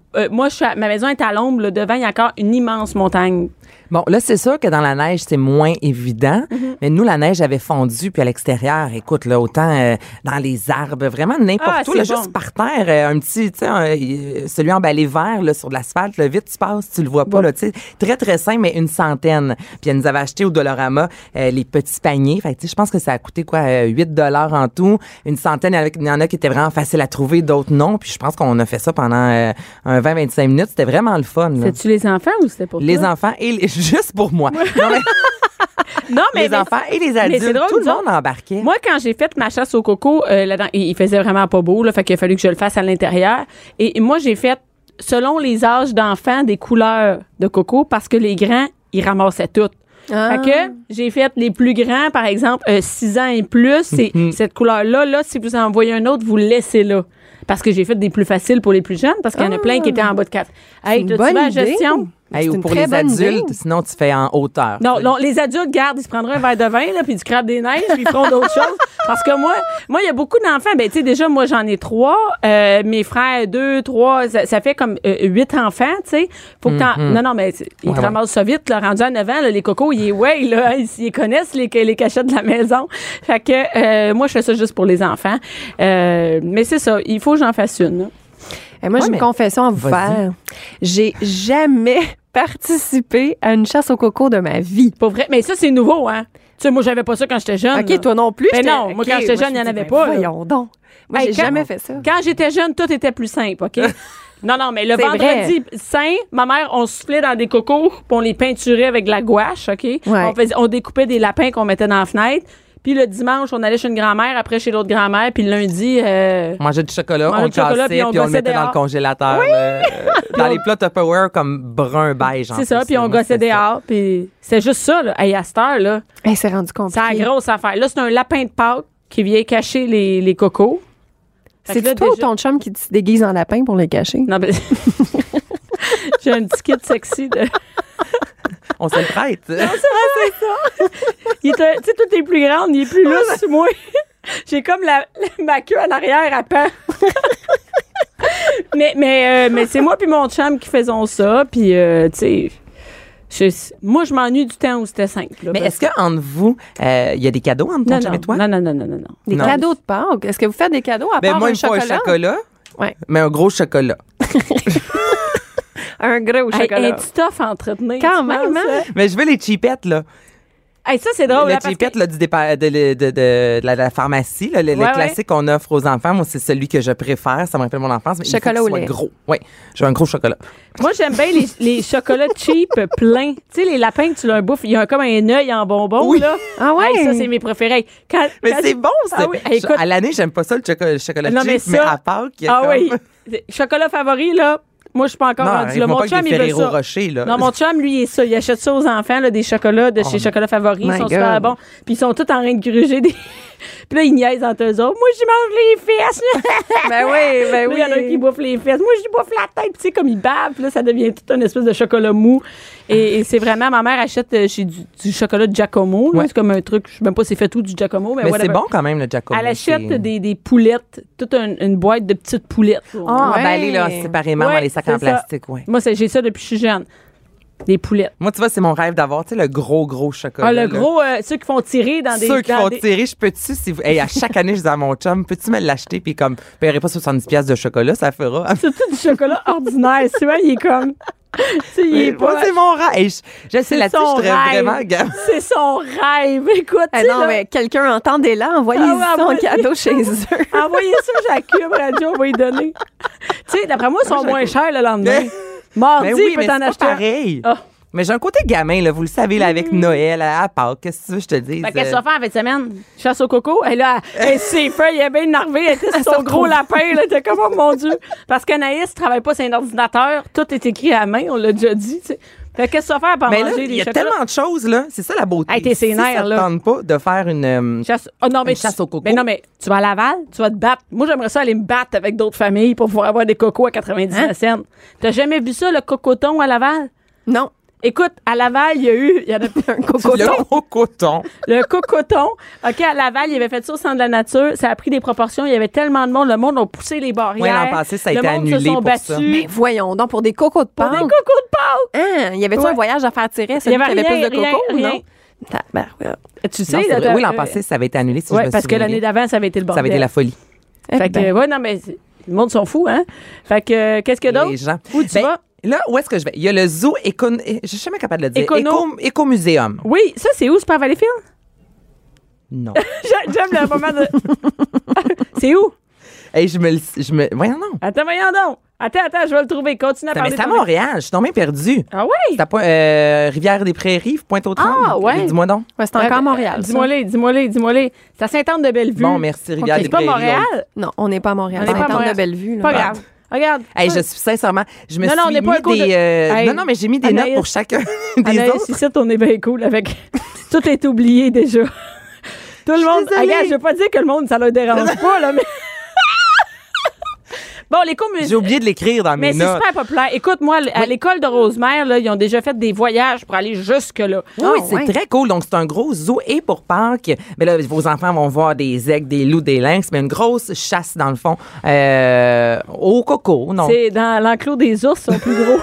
euh, moi, je suis à- ma maison est à l'ombre. Là, devant, il y a encore une immense montagne. Bon, là, c'est sûr que dans la neige, c'est moins évident. Mm-hmm. Mais nous, la neige avait fondu. Puis à l'extérieur, écoute, là, autant euh, dans les arbres, vraiment n'importe Ah, où. c'est Là, bon. juste par terre, euh, un petit, tu sais, un- euh, celui emballé vert là, sur de l'asphalte. Là, vite, tu passes, tu le vois pas. Là, tu sais, très, très simple, mais une centaine. Puis elle nous avait acheté au Dollarama euh, les petits paniers. Fait que, tu sais, je pense que ça a coûté quoi, euh, huit dollars en tout. Une centaine, avec- il y en a qui étaient vraiment faciles à trouver, d'autres non. Puis je pense qu'on a fait ça pendant euh, un vingt à vingt-cinq minutes. C'était vraiment le fun. Là. C'est-tu les enfants ou c'était pour Les toi? enfants et les, juste pour moi. Non, mais Non, mais les mais- enfants et les mais adultes, c'est drôle, tout le nous monde embarquait. Moi, quand j'ai fait ma chasse au coco, euh, là-dedans, il il faisait vraiment pas beau, là, fait qu'il a fallu que je le fasse à l'intérieur. Et, et moi, j'ai fait, selon les âges d'enfants, des couleurs de coco parce que les grands, ils ramassaient toutes. Ah. Fait que j'ai fait les plus grands, par exemple, euh, six ans et plus, c'est cette couleur-là. Là, si vous en voyez un autre, vous le laissez là. Parce que j'ai fait des plus faciles pour les plus jeunes, parce qu'il y en a plein qui étaient en bas de quatre. Hey, une t'as-tu bonne la idée. gestion? Hey, C'est ou une pour très les bonne idée. adultes, sinon tu fais en hauteur. Non, tu sais. non, les adultes, gardent, ils se prendraient un verre de vin, là, puis du crabe des neiges, puis ils feront d'autres choses. Parce que moi, moi, il y a beaucoup d'enfants. Ben, tu sais, déjà, moi, j'en ai trois. Euh, mes frères, deux, trois. Ça, ça fait comme euh, huit enfants, tu sais. Faut que t'en- Non, non, mais c'est- ils Ouais, te ouais. ramassent ça vite, là. Rendu à neuf ans, là, les cocos, ils, ouais, là, ils, ils connaissent les, les cachettes de la maison. Fait que, euh, moi, je fais ça juste pour les enfants. Euh, mais c'est ça. Il faut que j'en fasse une, là. Et moi, Ouais, j'ai mais- une confession à vous Vas-y. faire. J'ai jamais participé à une chasse au coco de ma vie. Pas vrai. Mais ça, c'est nouveau, hein. Tu sais, moi, j'avais pas ça quand j'étais jeune. là. OK, toi non plus? Ben j'étais- non, moi, OK, quand j'étais jeune, je il y en me dis, avait ben pas, là. Voyons donc. Moi, Hey, j'ai quand- jamais fait ça. Quand j'étais jeune, tout était plus simple, OK? Non, non, mais le C'est vendredi saint, ma mère, on soufflait dans des cocos, puis on les peinturait avec de la gouache, OK? On, faisait, on découpait des lapins qu'on mettait dans la fenêtre. Puis le dimanche, on allait chez une grand-mère, après chez l'autre grand-mère, puis le lundi... euh, On mangeait du chocolat, Mangeait on le du chocolat, cassait, puis on puis on le gossait mettait dans le dehors. congélateur. là, euh, dans les plats Tupperware comme brun beige. en c'est ça, plus, puis là. on Moi, gossait c'était ça. dehors, puis c'est juste ça, là. Hey, à cette heure, là, Hey, c'est rendu c'est compliqué. la grosse affaire. Là, c'est un lapin de Pâques qui vient cacher les, les cocos. Fait que C'est là, toi ou déjà- ton chum qui se déguise en lapin pour le cacher? Non, ben... J'ai un petit kit sexy de... On se le prête. Il est un- tu sais, tout est plus grande, il est plus lousse, moi. J'ai comme la, la- ma queue en arrière à pend. mais mais, euh, mais c'est moi puis mon chum qui faisons ça, puis euh, tu sais, je- moi je m'ennuie du temps où c'était simple. là, Mais parce est-ce qu'entre vous, euh, il y a des cadeaux entre que- ton non, chum non, et toi? non, non, non, non, non, non. Des Non. cadeaux de Pâques. Est-ce que vous faites des cadeaux à Ben, part moi, un une fois chocolat? un chocolat, Ouais. mais un gros chocolat. Un gros Hey, chocolat. un petit tough à entretenir. Quand tu même, penses, hein? hein? Mais je veux les cheapettes, là. Hey, ça c'est drôle. le hein, parce cheapette que- là, du dépa- de, de, de, de la, la pharmacie, là, le, le Ouais, ouais. classique qu'on offre aux enfants, moi, c'est celui que je préfère. Ça me rappelle mon enfance. Mais il faut Chocolat qu'il au soit lait. gros. Oui, je veux un gros chocolat. Moi, j'aime bien les, les chocolats cheap pleins. Tu sais, les lapins que tu leur bouffes, il y a un- comme un œil en bonbon, Oui. là. Ah ouais? Hey, ça, c'est mes préférés. Quand, Mais quand- c'est bon, ça. Ah oui, hey, écoute. À l'année, j'aime pas ça, le chocolat, le chocolat Non, cheap, mais mais, ça- à Pâques, il y a Ah comme... oui. Chocolat favori, là. Moi, je suis pas encore Non, rendu là. arrive-moi Mon pas avec chum, des il veut Ferrero ça. Rocher, là. Non, mon chum, lui, il est ça. Il achète ça aux enfants, là, des chocolats de chez Oh, Chocolat Favori. Ils my sont God. super bons. Puis ils sont tous en train de gruger des... Puis là, ils niaisent entre eux autres. Moi, j'y mange les fesses. Ben oui, ben Là, oui. il y en a un qui bouffe les fesses. Moi, je bouffe la tête. Puis tu sais, comme il bave, puis là, ça devient tout un espèce de chocolat mou. Et, et c'est vraiment... Ma mère achète euh, chez du, du chocolat de Giacomo. là. Ouais. C'est comme un truc... Je sais même pas si c'est fait tout du Giacomo, mais, Mais whatever. c'est bon quand même, le Giacomo. Elle achète c'est- des, des poulettes. Toute un- une boîte de petites poulettes. Ah, Ouais. emballé, là, séparément Ouais, dans les sacs c'est en ça. plastique, ouais. Moi, c'est- j'ai ça depuis que je suis jeune. Des poulettes. Moi, tu vois, c'est mon rêve d'avoir, tu sais, le gros, gros chocolat. Ah, le là. gros, euh, ceux qui font tirer dans des... Ceux qui dans font des- tirer, je peux-tu, si vous... Hey, à chaque année, je dis à mon chum, peux-tu me l'acheter? Puis comme, paierai pas soixante-dix piastres de chocolat, ça fera. Surtout du chocolat ordinaire. Tu vois, il est comme... Tu sais, il est Moi, pas... c'est mon rêve. Hey, je, je sais, C'est là-dessus, son je serais rêve. vraiment gamme. C'est son rêve. Écoute, Eh tu sais, non, là, mais quelqu'un entendez-là, envoyez Ah ouais, son envoyez. cadeau chez eux. envoyez ça à la Cube Radio, on va y donner. Tu sais, d'après moi, ils sont Moi, j'ai moins un chers le lendemain. Mais- Mardi, Mais oui, il peut mais t'en c'est pas acheter un. pareil. Ah. Mais j'ai un côté gamin, là, vous le savez, là, avec Noël, à, à Pâques. Qu'est-ce que tu veux que je te dise? Fait qu'est-ce que tu vas faire en fin de semaine? Chasse au coco? Et là, elle s'est fait, il est bien énervé, elle était sur son gros lapin, là, t'es comme, oh mon Dieu. Parce qu'Anaïs travaille pas sur un ordinateur, tout est écrit à main, on l'a déjà dit, tu sais. Fait que qu'est-ce que tu vas faire pour Mais là, manger il des y a chocolats? tellement de choses, là. C'est ça la beauté. Hey, t'es si sénère, ça te là. tente pas de faire une... euh, Chasse, oh non, mais Une chasse tu- au coco. Mais non, mais tu vas à Laval, tu vas te battre. Moi, j'aimerais ça aller me battre avec d'autres familles pour pouvoir avoir des cocos à quatre-vingt-dix Hein? cents. T'as jamais vu ça, le cocoton à Laval? Non. Écoute, à Laval, il y a eu, il y en a un cocoton. Le cocoton. Le cocoton. OK, à Laval, il avait fait ça au centre de la nature. Ça a pris des proportions. Il y avait tellement de monde. Le monde a poussé les barrières. Oui, l'an passé, ça a le été monde annulé se sont pour battus. ça. Mais voyons donc, pour des cocos de Pour des Pâques. cocos de Pâques. Hein? Y avait-tu Ouais. un voyage à faire tirer? Il y Celui avait qui avait rien, plus de rien, cocos, rien. non? Ta- ben, ouais. Tu sais, Non, c'est là, vrai. Oui, l'an euh, passé, ça avait été annulé, si ouais, je me parce que souviens l'année bien. d'avant, ça avait été le Ça bordel. avait été la folie. Fait Eh que, ben. ouais, non, mais c'est- le monde sont fous, hein? Fait que, euh, qu'est-ce que d'autre? Les gens. Où tu Ben, vas? Là, où est-ce que je vais? Il y a le zoo éco... Je suis jamais capable de le dire. Écono. Éco... Écomuséum. Oui, ça, c'est où, Super Valleyfield? Non. J'ai- J'aime le moment de. C'est où? Hey, je me le... Je me... Voyons, non. Attends, voyons donc. Attends, attends, je vais le trouver. Continue à Mais parler. c'est à de ton- Montréal. Je suis tombée perdue. Ah oui? C'est à Point- euh, Rivière-des-Prairies, Pointe-aux-Trembles. Ah, ouais. Dis-moi donc. Ouais, c'est encore Montréal. ça. Dis-moi-les, dis-moi-les, dis-moi-les. C'est à Sainte-Anne-de-Bellevue. Bon, merci, C'est Rivière-des-Prairies. pas Montréal? Non, on n'est pas à Montréal. On n'est pas à C'est Montréal. de Bellevue. là. Pas grave. Regarde. Hey, je suis sincèrement, je me Non, non, on suis n'est pas un mis cours des... de- euh, Hey, non, non, mais j'ai mis des Anaïs. notes pour chacun des Anaïs, autres. ici, on est bien cool avec. Tout est oublié déjà. Tout le monde. désolée. Regarde, je veux pas dire que le monde, ça leur dérange pas, là, mais. Bon, les cours J'ai oublié de l'écrire dans Mais mes c'est notes. super populaire. Écoute, moi, à l'école de Rosemère, là, ils ont déjà fait des voyages pour aller jusque-là. Oui, oui, Ah, c'est ouais. très cool. Donc, c'est un gros zoo et pour Pâques. Mais là, vos enfants vont voir des aigles, des loups, des lynx, mais une grosse chasse, dans le fond, euh, au coco. Non. C'est dans l'enclos des ours, ils sont plus gros.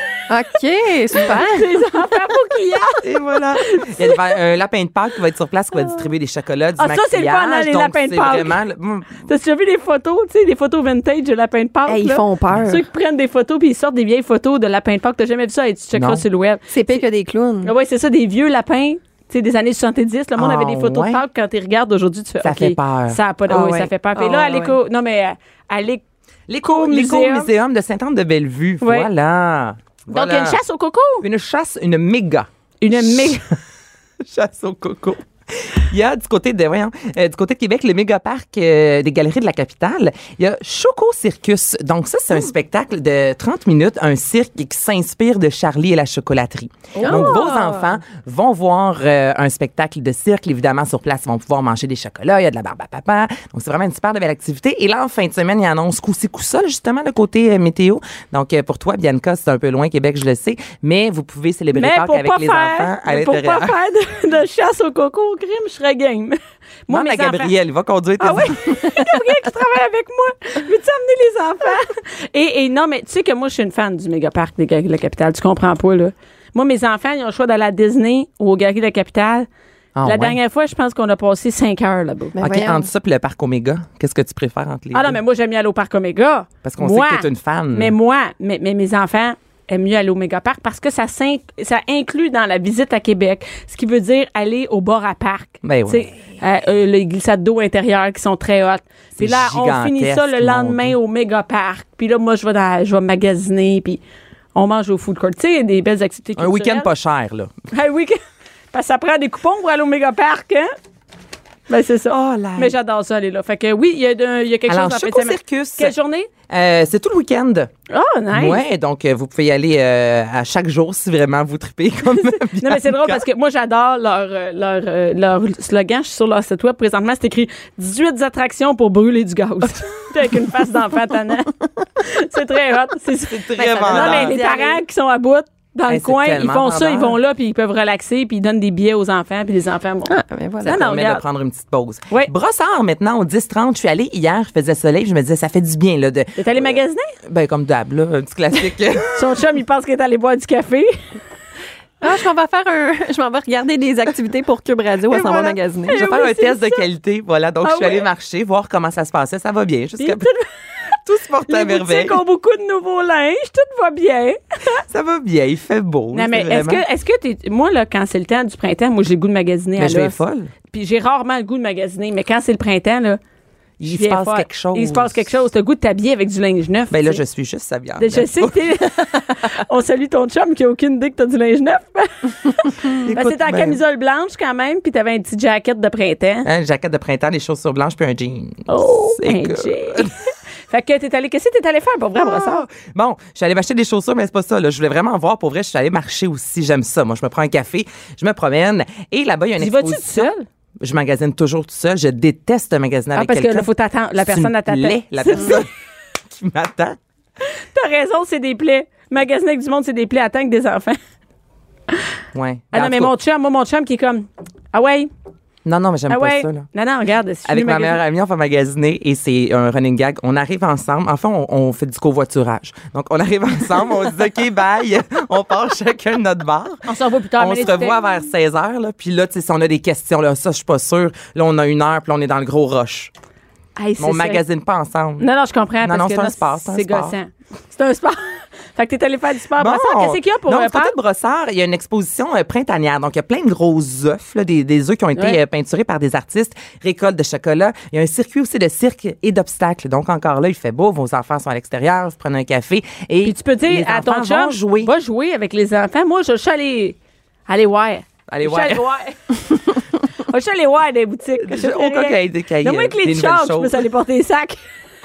OK, super. Les enfants boucliards. Et voilà. Il y a des- un lapin de Pâques qui va être sur place, qui va distribuer des chocolats, du Ah, ça, c'est le fun, hein, maquillage. les Donc, lapins de c'est Pâques. vraiment le- mm. T'as déjà vu des photos, tu sais, des photos vintage de lapin de Pâques? Hey, ils là? font peur. Ceux qui prennent des photos puis ils sortent des vieilles photos de lapin de Pâques. T'as jamais vu ça? Et tu checkeras Non. sur le web. C'est pire que des clowns. Ah ouais, c'est ça, des vieux lapins. Tu sais, des années soixante-dix, le monde Ah, avait des photos ouais? de Pâques. Quand tu regardes aujourd'hui, tu fais Ça OK, fait peur. Ça a pas de... Ah oui, ouais. ça fait peur. Puis Ah là, à ouais, l'éco... Non, mais à- à l'éco... L'éco- Muséum. L'éco-muséum de Sainte-Anne-de-Bellevue. Ouais. Voilà. Donc, Voilà. il y a une chasse au coco. Une chasse, une méga Une méga... chasse au coco. Il y a du côté de, voyons, euh, du côté de Québec, le méga parc euh, des galeries de la capitale. Il y a Choco Circus. Donc ça, c'est un spectacle de trente minutes, un cirque qui s'inspire de Charlie et la chocolaterie. Donc vos enfants vont voir euh, un spectacle de cirque. Évidemment, sur place, ils vont pouvoir manger des chocolats. Il y a de la barbe à papa. Donc c'est vraiment une super belle activité. Et là, en fin de semaine, il annonce coup-ci, coup-ça, justement, le côté euh, météo. Donc euh, pour toi, Bianca, c'est un peu loin, Québec, je le sais. Mais vous pouvez célébrer Mais Pâques pour avec pas les faire, enfants à pour l'intérieur. pas faire de, de chasse au coco au crime, je serais game. Moi, Demande mes à enfants- Gabriel, il va conduire tes Ah oui, Gabriel qui travaille avec moi. Veux-tu amener les enfants? Et, et non, mais tu sais que moi, je suis une fan du mégaparc des Galeries de la Capitale. Tu comprends pas, là. Moi, mes enfants, ils ont le choix d'aller à Disney ou aux Galeries de la Capitale. Ah, la ouais. dernière fois, je pense qu'on a passé cinq heures là-bas. Ben OK, voyons. entre ça et le parc Oméga, qu'est-ce que tu préfères entre les Ah deux? non, mais moi, j'aime mieux aller au Parc Oméga. Parce qu'on Moi, sait que tu es une fan. Mais moi, mais, mais mes enfants aiment mieux aller au Mégaparc parce que ça, s'in- ça inclut dans la visite à Québec, ce qui veut dire aller au bord à parc. Ben Tu sais, euh, euh, les glissades d'eau intérieures qui sont très hautes. Puis C'est là, on finit ça le gigantesque, mon lendemain Dieu. au Mégaparc. Puis là, moi, je vais, dans, je vais magasiner, puis on mange au food court. Tu sais, il y a des belles activités Un week-end culturelles. pas cher, là. Un week-end. Parce que ça prend des coupons pour aller au Mégaparc, hein? Ben, c'est ça. Oh là. Mais j'adore ça, aller là. Fait que oui, il y, a de- il y a quelque Alors, chose en fin de Choco semaine. Circus. Quelle journée? Euh, c'est tout le week-end. Oh, nice. Ouais, donc euh, vous pouvez y aller euh, à chaque jour si vraiment vous tripez comme Non, mais c'est drôle parce que moi, j'adore leur, euh, leur, euh, leur slogan. Je suis sur leur site web. Présentement, c'est écrit dix-huit attractions pour brûler du gaz. Puis avec une face d'enfant tannant. C'est très hot. C'est très Ben, ça- vendeur. Non, mais les parents qui sont à bout dans Hey, le c'est coin, ils tellement font ça, ils vendeur. vont là, puis ils peuvent relaxer, puis ils donnent des billets aux enfants, puis les enfants vont. Ah, ben voilà. ça non, permet regarde. de prendre une petite pause. Oui. Brossard, maintenant, au dix trente. Je suis allée hier, je faisais soleil, je me disais, ça fait du bien, là. De, T'es allé magasiner? ben, comme d'hab, là, un petit classique. Son chum, il pense qu'il est allé boire du café. Ah, je m'en vais faire un. Je m'en vais regarder des activités pour Cube Radio. Et Elle s'en voilà. va magasiner. Je vais Eh faire oui, un c'est test de ça. qualité. Voilà, donc Ah je suis allée ouais. marcher, voir comment ça se passait. Ça va bien, jusqu'à Puis tout- tout se porte à les merveille. boutiques ont beaucoup de nouveaux linges, tout va bien. Ça va bien, il fait beau. Non, mais c'est est-ce vraiment- que, est-ce que t'es. Moi, là, quand c'est le temps du printemps, moi, j'ai le goût de magasiner Mais à je vais l'os. folle. Puis j'ai rarement le goût de magasiner, mais quand c'est le printemps, là. Il je se viens passe folle. quelque chose. Il se passe quelque chose. T'as le goût de t'habiller avec du linge neuf. Ben là, tu je sais. suis juste sa viande. Je sais que t'es. On salue ton chum qui a aucune idée que t'as du linge neuf. Ben, c'était en ben- camisole blanche quand même, puis t'avais un petit jacket de printemps. Hein, une jaquette de printemps, des chaussures blanches puis un jean. Oh, C'est un good. jean. Fait que t'es allé. Qu'est-ce que t'es allé faire pour vrai, Brossard? Ah! Bon, je suis allée m'acheter des chaussures, mais c'est pas ça. Là. Je voulais vraiment voir. Pour vrai, je suis allée marcher aussi. J'aime ça. Moi, je me prends un café, je me promène. Et là-bas, il y a une Tu vas-tu tout exposition. seul? Je magasine toujours tout seul. Je déteste magasiner Ah, avec parce que quelqu'un. là, faut t'attendre. La C'est personne une à t'attend. plaie, la personne qui m'attend. T'as raison, c'est des plaies. Magasiner avec du monde, c'est des plaies. Attends que des enfants. Ouais. Ah non, En mais tout cas- mon chum, moi, mon chum qui est comme, ah ouais, Non, non, mais j'aime ah pas ouais. ça, là. Non, non, regarde. si Avec je ma magasine- meilleure amie, on va magasiner et c'est un running gag. On arrive ensemble. Enfin, on, on fait du covoiturage. Donc, on arrive ensemble, on dit OK, bye. On part chacun de notre bar. On s'en va plus tard. On mais se les revoit tutelles- vers seize heures. Là. Puis là, tu sais, si on a des questions, là, ça, je suis pas sûre. Là, on a une heure, puis là, on est dans le gros rush. Hey, c'est Mais on ça. magasine pas ensemble. Non, non, je comprends. Non, parce non, que c'est un là, sport, c'est un C'est sport. gossant. C'est un sport. Fait que t'es allé faire du sport. Bon. Brossard, qu'est-ce qu'il y a pour non, euh, du côté faire? de Brossard, il y a une exposition euh, printanière. Donc, il y a plein de gros œufs, là, des, des œufs qui ont été Ouais. euh, peinturés par des artistes, récolte de chocolat. Il y a un circuit aussi de cirque et d'obstacles. Donc, encore là, il fait beau, vos enfants sont à l'extérieur, vous prenez un café. Et Puis tu peux les dire à ton enfants chum, vont jouer. va jouer avec les enfants. Moi, je suis allée aller voir. Allez Je suis voir. allée voir. Je suis allée voir des boutiques. Je- Au cas qu'il y ait des cahiers, Donne-moi avec des les nouvelles charges, je choses. me suis allée porter des sacs.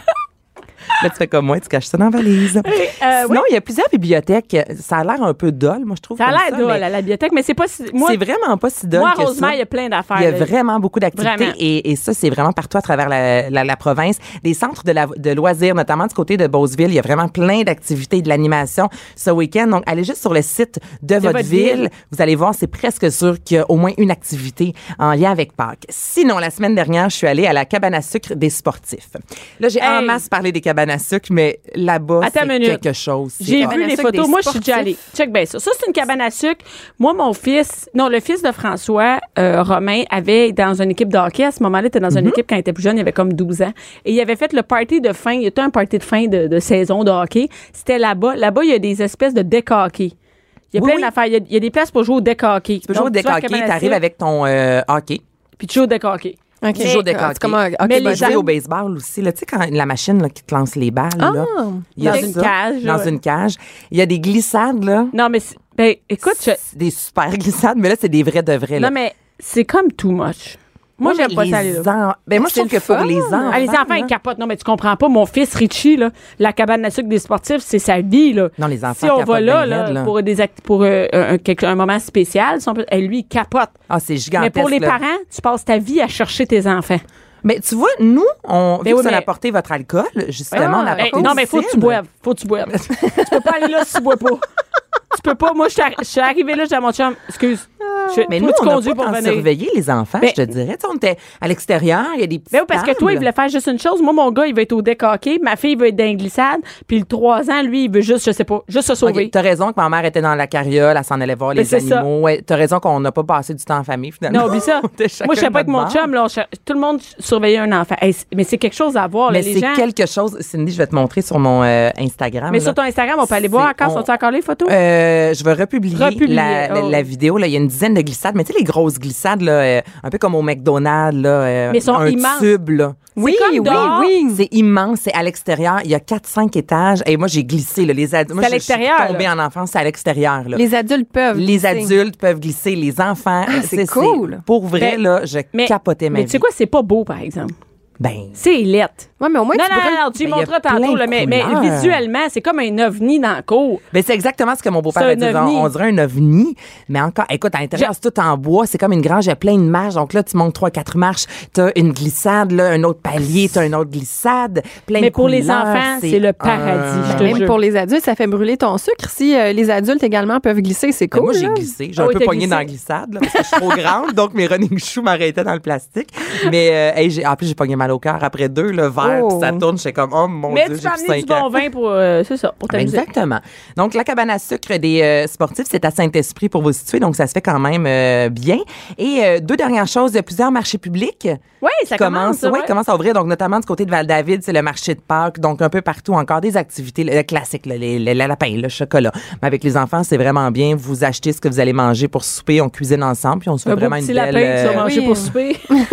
Là, tu fais comme moi, tu caches ça dans la valise. Euh, Sinon, il y a plusieurs bibliothèques. Ça a l'air un peu dol, moi, je trouve. Ça a comme l'air drôle mais à la bibliothèque, mais c'est pas si. Moi, C'est vraiment pas si dol moi que ça. Rosemère, il y a plein d'affaires. Il y a là. vraiment beaucoup d'activités Vraiment. et, et ça, c'est vraiment partout à travers la, la, la province. Des centres de, la, de loisirs, notamment du côté de Beauceville, il y a vraiment plein d'activités, de l'animation ce week-end. Donc, allez juste sur le site de, votre, votre ville. ville. Vous allez voir, c'est presque sûr qu'il y a au moins une activité en lien avec Pâques. Sinon, la semaine dernière, je suis allée à la cabane à sucre des sportifs. Là, j'ai en Hey. masse parlé des cabanes à sucre, mais là-bas, Attends c'est une minute. quelque chose. C'est J'ai hot. vu à les sucre photos. des Moi, je suis déjà sportifs. allée. Check bien ça. Ça, c'est une cabane à sucre. Moi, mon fils, non, le fils de François, euh, Romain, avait dans une équipe de hockey. À ce moment-là, il était dans Mm-hmm. une équipe quand il était plus jeune. Il avait comme douze ans. Et il avait fait le party de fin. Il y a un party de fin de, de saison de hockey. C'était là-bas. Là-bas, il y a des espèces de deck hockey. Il y a Oui, plein oui. d'affaires. Il y, a, il y a des places pour jouer au deck hockey. Tu peux jouer au deck hockey, t'arrives avec ton euh, hockey. Puis tu joues au deck hockey. OK. Tu joues au deck C'est hockey. comme un hockey Mais les Tu peux button. jouer au baseball aussi. Là. Tu sais, quand la machine là, qui te lance les balles. Ah, là, il y a dans une ça, cage, Dans ouais. une cage. Il y a des glissades, là. Non, mais, c'est- ben, écoute, je- C'est des super glissades, mais là, c'est des vrais de vrais. Là. non, mais c'est comme too much. Moi, Ouais, j'aime pas mais ça les aller là. en- Ben, moi, je C'est trouve le que pour fun. les enfants. Ah, les enfants, là. ils capotent. Non, mais tu comprends pas. Mon fils Richie, là, la cabane à sucre des sportifs, c'est sa vie. Là. Non, les enfants Si on va capotent là, bien là, raide, là. pour, des act- pour euh, un, quelque- un moment spécial, si on peut- eh, lui, il capote. Ah, c'est gigantesque. Mais pour les là. parents, tu passes ta vie à chercher tes enfants. Mais tu vois, nous, on, vu Ben que oui, vous en mais- apporté votre alcool, justement, on a Ah, apporté eh, non, mais faut que tu cidre. boives. Faut que tu boives. Tu peux pas aller là si tu bois pas. Tu peux pas. Moi, je suis arri- je suis arrivée là, j'ai dit à mon chum, excuse. Je, Mais toi, nous, tu on n'a conduis pas pour tant venir. surveillé les enfants, Ben- je te dirais. Tu sais, on était à l'extérieur, il y a des petits Ben oui, parce que toi, il voulait faire juste une chose. Moi, mon gars, il veut être au deck hockey. Ma fille veut être dans une glissade. Puis le trois ans, lui, il veut juste, je sais pas, juste se sauver. OK, t'as raison que ma mère était dans la carriole, elle s'en allait voir Ben, les c'est ça. animaux. Ouais, t'as raison qu'on n'a pas passé du temps en famille, finalement. Non, oublie ça. On était chacun Moi, je sais pas avec de mon notre chum, là, on cher- tout le monde surveillait un enfant. Hey, c'est- mais c'est quelque chose à voir. Là, Mais les c'est gens... quelque chose, Cindy, je vais te montrer sur mon euh, Instagram. Mais là. sur ton Instagram, on peut aller voir C'est- encore. on- Sont-ils encore les photos? Euh, je vais republier, Republier, la, la- oh. la vidéo. Là. Il y a une dizaine de glissades, mais tu sais, les grosses glissades, là, euh, un peu comme au McDonald's, là, euh, Mais ils sont un immenses. tube. Là. Oui, comme oui, dehors. oui. C'est immense, c'est à l'extérieur. Il y a quatre cinq étages. Et moi, j'ai glissé. Là, les ad... moi, à je- l'extérieur, Je suis tombée là. en enfance, c'est à l'extérieur. Là. Les adultes peuvent. Les glisser. adultes peuvent glisser, les enfants. Ah, c'est cool. Pour vrai, Ben, là, je mais, capotais ma mais vie. tu sais quoi, c'est pas beau, par exemple. Ben, C'est lettre. Ouais, mais au moins, Non, tu non, brûles- non, non, tu y Ben, il y a montreras plein tantôt, de là, mais, mais couleurs. visuellement, c'est comme un ovni dans le cours. ben c'est exactement ce que mon beau-père C'est a un dit. ovni. On, on dirait un ovni, mais encore, écoute, à l'intérieur, c'est tout en bois. C'est comme une grange, il y a plein de marches. Donc là, tu montes trois, quatre marches. T'as une glissade, là, un autre palier, t'as une autre glissade. Plein Mais de pour les couleurs, enfants, c'est le paradis, je te Même jure. pour les adultes, ça fait brûler ton sucre. Si euh, les adultes également peuvent glisser, c'est Ben, cool. moi, j'ai là. glissé. J'ai Ah un oui, peu t'as pogné glissé. dans la glissade, là, parce que je suis trop grande, donc mes running shoes m'arrêtaient dans le plastique. Mais, euh, hey, j'ai, en plus, j'ai pogné mal au cœur après deux, le verre, Oh. puis ça tourne. J'étais comme, oh mon Mais Dieu, tu j'ai peux plus amener du cinq ans. bon vin pour, euh, c'est ça, pour Ben, t'amuser. exactement. Donc, la cabane à sucre des euh, sportifs, c'est à Saint-Esprit pour vous situer. Donc, ça se fait quand même euh, bien. Et euh, deux dernières choses, il y a plusieurs marchés publics. Oui, ça commence. ouais, ouais. commence à ouvrir. Donc, notamment du côté de Val-David, c'est le marché de Pâques. Donc, un peu partout, encore des activités le classiques, là, les, les, les lapins, le chocolat. Mais avec les enfants, c'est vraiment bien. Vous achetez ce que vous allez manger pour souper. On cuisine ensemble, puis on se fait Un beau vraiment petit une lapin belle... que tu vas euh, manger oui. pour souper.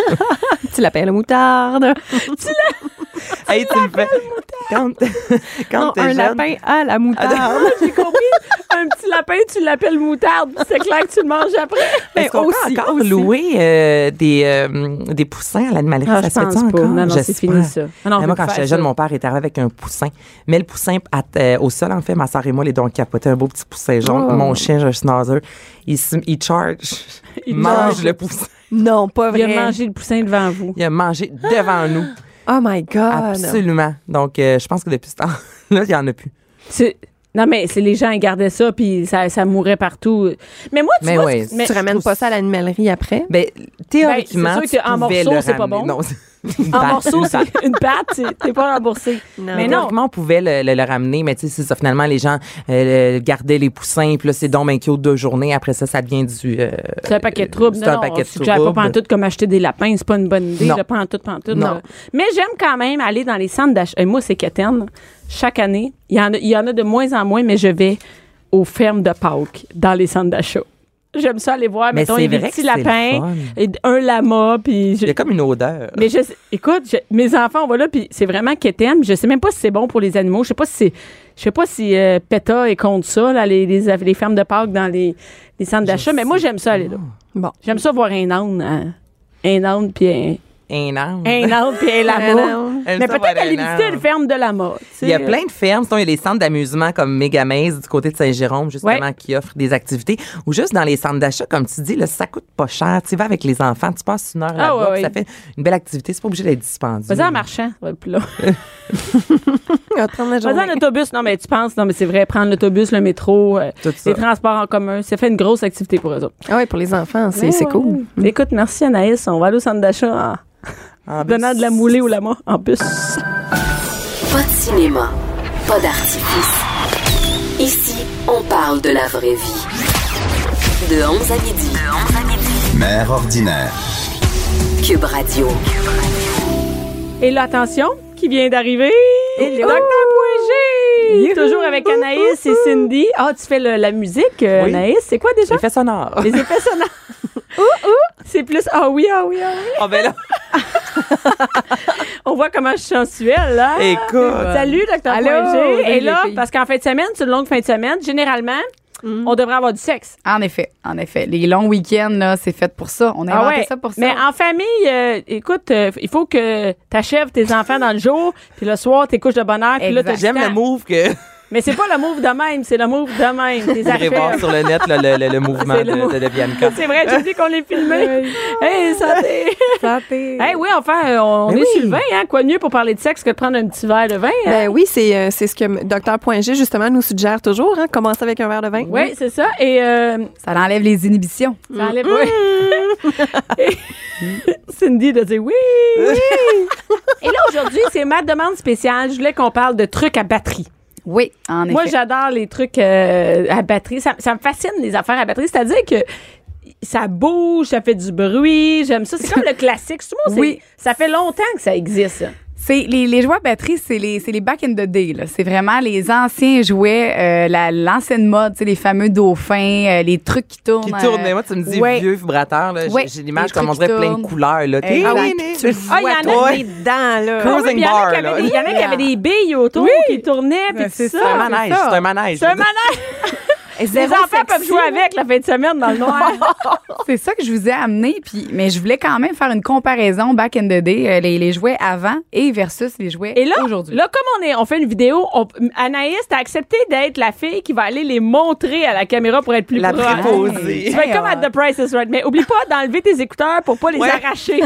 Tu l'appelles la moutarde. Hey, tu le fais. Quand, quand Non, t'es un jeune... lapin à la moutarde. J'ai compris. Un petit lapin, tu l'appelles moutarde. puis C'est clair que tu le manges après. Est-ce qu'on peut aussi, encore aussi. louer euh, des, euh, des poussins à l'animalerie? Ah, ça je se fait pense ça pas. encore? Non, non, c'est J'espère. fini, ça. Ah non, on Mais veut moi, plus quand faire j'étais jeune, ça. mon père est arrivé avec un poussin. Mais le poussin à- euh, au sol, en fait, ma soeur et moi, les dons capotés, un beau petit poussin jaune. Oh. Mon chien, j'ai un schnauzer. Il, se- il charge, Il mange mange. le poussin. Non, pas Il vrai. a mangé le poussin devant vous. Il a mangé devant nous. Oh my God. Absolument. Donc, euh, je pense que depuis ce temps-là, il n'y en a plus. C'est- Non, mais c'est les gens, ils gardaient ça, puis ça, ça mourait partout. Mais moi, tu Mais vois... ouais, c'est- mais Tu ramènes pas ça à l'animalerie après? Ben, théoriquement, Ben, c'est sûr tu qu'en pouvais morceaux, le c'est pas ramener. bon. Non, c'est- une En patte, morceaux, une c'est patte. une patte, c'est- t'es pas remboursé. Non. Mais non. Théoriquement, on pouvait le, le, le ramener, mais tu sais, c'est ça. Finalement, les gens euh, gardaient les poussins, puis là, c'est donc ben cute deux journées. Après ça, ça devient du... euh, C'est un paquet de troubles. C'est Non, un non, paquet de on suggère pas troubles. pantoute comme acheter des lapins. C'est pas une bonne idée. Non. Là, pantoute, pantoute. Non. là. Mais j'aime quand même aller dans les centres d'achat. Et moi, c'est quétaine. Chaque année, il y, en a, il y en a de moins en moins, mais je vais aux fermes de Pâques dans les centres d'achat. J'aime ça aller voir, Mais mettons, c'est il y a des vrai petits que c'est le lapins, fun. et un lama, puis... je- Il y a comme une odeur. Mais je sais- écoute, je- mes enfants, on va là, puis c'est vraiment quétaine. Je sais même pas si c'est bon pour les animaux. Je sais pas si c'est... Je sais pas si euh, PETA est contre ça, là, les, les, les fermes de Pâques dans les, les centres d'achat, mais moi, j'aime ça aller là. Bon. J'aime ça voir un âne, hein. un âne, puis un... Un âne. Un âne, puis un Un lama. âne. Aime Mais ça peut-être voir aller un visiter âne. une ferme de lama. tu sais. Il y a plein de fermes. Sinon, il y a les centres d'amusement comme Megamaze du côté de Saint-Jérôme, justement, Ouais. qui offrent des activités. Ou juste dans les centres d'achat, comme tu dis, là, ça coûte pas cher. Tu vas avec les enfants, tu passes une heure Ah, là-bas, ouais, puis ça ouais. fait une belle activité. C'est pas obligé d'être dispendieux. Vas-y en marchant, ça va être plus là. On va te prendre la Vas-y journée. en autobus. Non, mais tu penses, non, mais c'est vrai, prendre l'autobus, le métro, euh, Tout ça. les transports en commun, ça fait une grosse activité pour eux autres. Ah oui, pour les enfants, c'est Ouais, c'est ouais. cool. Écoute, merci Anaïs. On va aller au centre d'achat en En donnant bus. de la moulée au lama en bus. Pas de cinéma, pas d'artifice. Ici, on parle de la vraie vie. De onze à midi. De onze à midi. Mère ordinaire. Cube Radio. Et là, attention, qui vient d'arriver? Hello. Docteur Point G! Youhou. Toujours avec Anaïs et Cindy. Ah, tu fais le- la musique, euh, Oui. Anaïs. C'est quoi déjà? L'effet sonore. Les effets sonores. ouh, ouh. C'est plus ah oui, ah oui, ah oui. Oh, ben là, On voit comment je suis sensuelle, là. écoute. Salut, Docteur Allô. Point G. Salut, Et là, les filles. parce qu'en fin de semaine, c'est une longue fin de semaine, généralement, on devrait avoir du sexe. En effet, en effet. Les longs week-ends, là, c'est fait pour ça. On a inventé ça pour ça. Mais en famille, euh, écoute, euh, il faut que tu achèves tes enfants dans le jour, puis le soir, tes couches de bonheur, puis là, Exact. t'as du J'aime temps. le move que Mais c'est pas le move de même, c'est le move de même. Tes vous irez voir achèves. sur le net là, le, le, le mouvement C'est de, le mot- de, de Bianca. C'est vrai, j'ai dit qu'on les filmait. Hey, santé! Santé. Hey, oui, enfin, euh, on Ben est oui. sur le vin, hein? Quoi de mieux pour parler de sexe que de prendre un petit verre de vin? Hein? Ben oui, c'est euh, c'est ce que Docteur Point G, justement, nous suggère toujours. Hein, commencer avec un verre de vin. Oui, c'est ça. Et euh, Ça enlève les inhibitions. ça enlève. Oui. Et Cindy de dire oui, oui. Et là, aujourd'hui, c'est ma demande spéciale. Je voulais qu'on parle de trucs à batterie. Oui, en Moi, effet. j'adore les trucs euh, à batterie. Ça, ça me fascine, les affaires à batterie. C'est-à-dire que ça bouge, ça fait du bruit. J'aime ça. C'est comme le classique. Tout le monde, Oui. c'est- ça fait longtemps que ça existe. ça. C'est les, les jouets à batterie, c'est les, c'est les back in the day. Là. C'est vraiment les anciens jouets, euh, la, l'ancienne mode, tu sais, les fameux dauphins, euh, les trucs qui tournent. Qui tourne, mais euh, moi, tu me dis ouais. vieux vibrateur, là. J'ai- Ouais, J'ai l'image les comme on trucs dirait qui plein de tournent. couleurs, là. Exact. Ah oui, tu le Ah, il y vois en a tomber des- dedans, là. Cruising Ah oui, puis il y en a bar, qui avaient là. des- il y en a qui avaient des billes autour qui tournaient. Puis Ben, c'est tout ça. C'est un ça. manège, ça. c'est un manège. C'est un manège. Et Les zéro enfants sexy, peuvent jouer là. avec la fin de semaine dans le noir. C'est ça que je vous ai amené, puis mais je voulais quand même faire une comparaison back in the day, euh, les, les jouets avant et versus les jouets Et là, aujourd'hui. là, comme on est, on fait une vidéo, on- Anaïs, t'as accepté d'être la fille qui va aller les montrer à la caméra pour être plus La proche. préposée. Tu vas être comme à Hey, The Price is Right. Mais oublie pas d'enlever tes écouteurs pour pas les Ouais. arracher.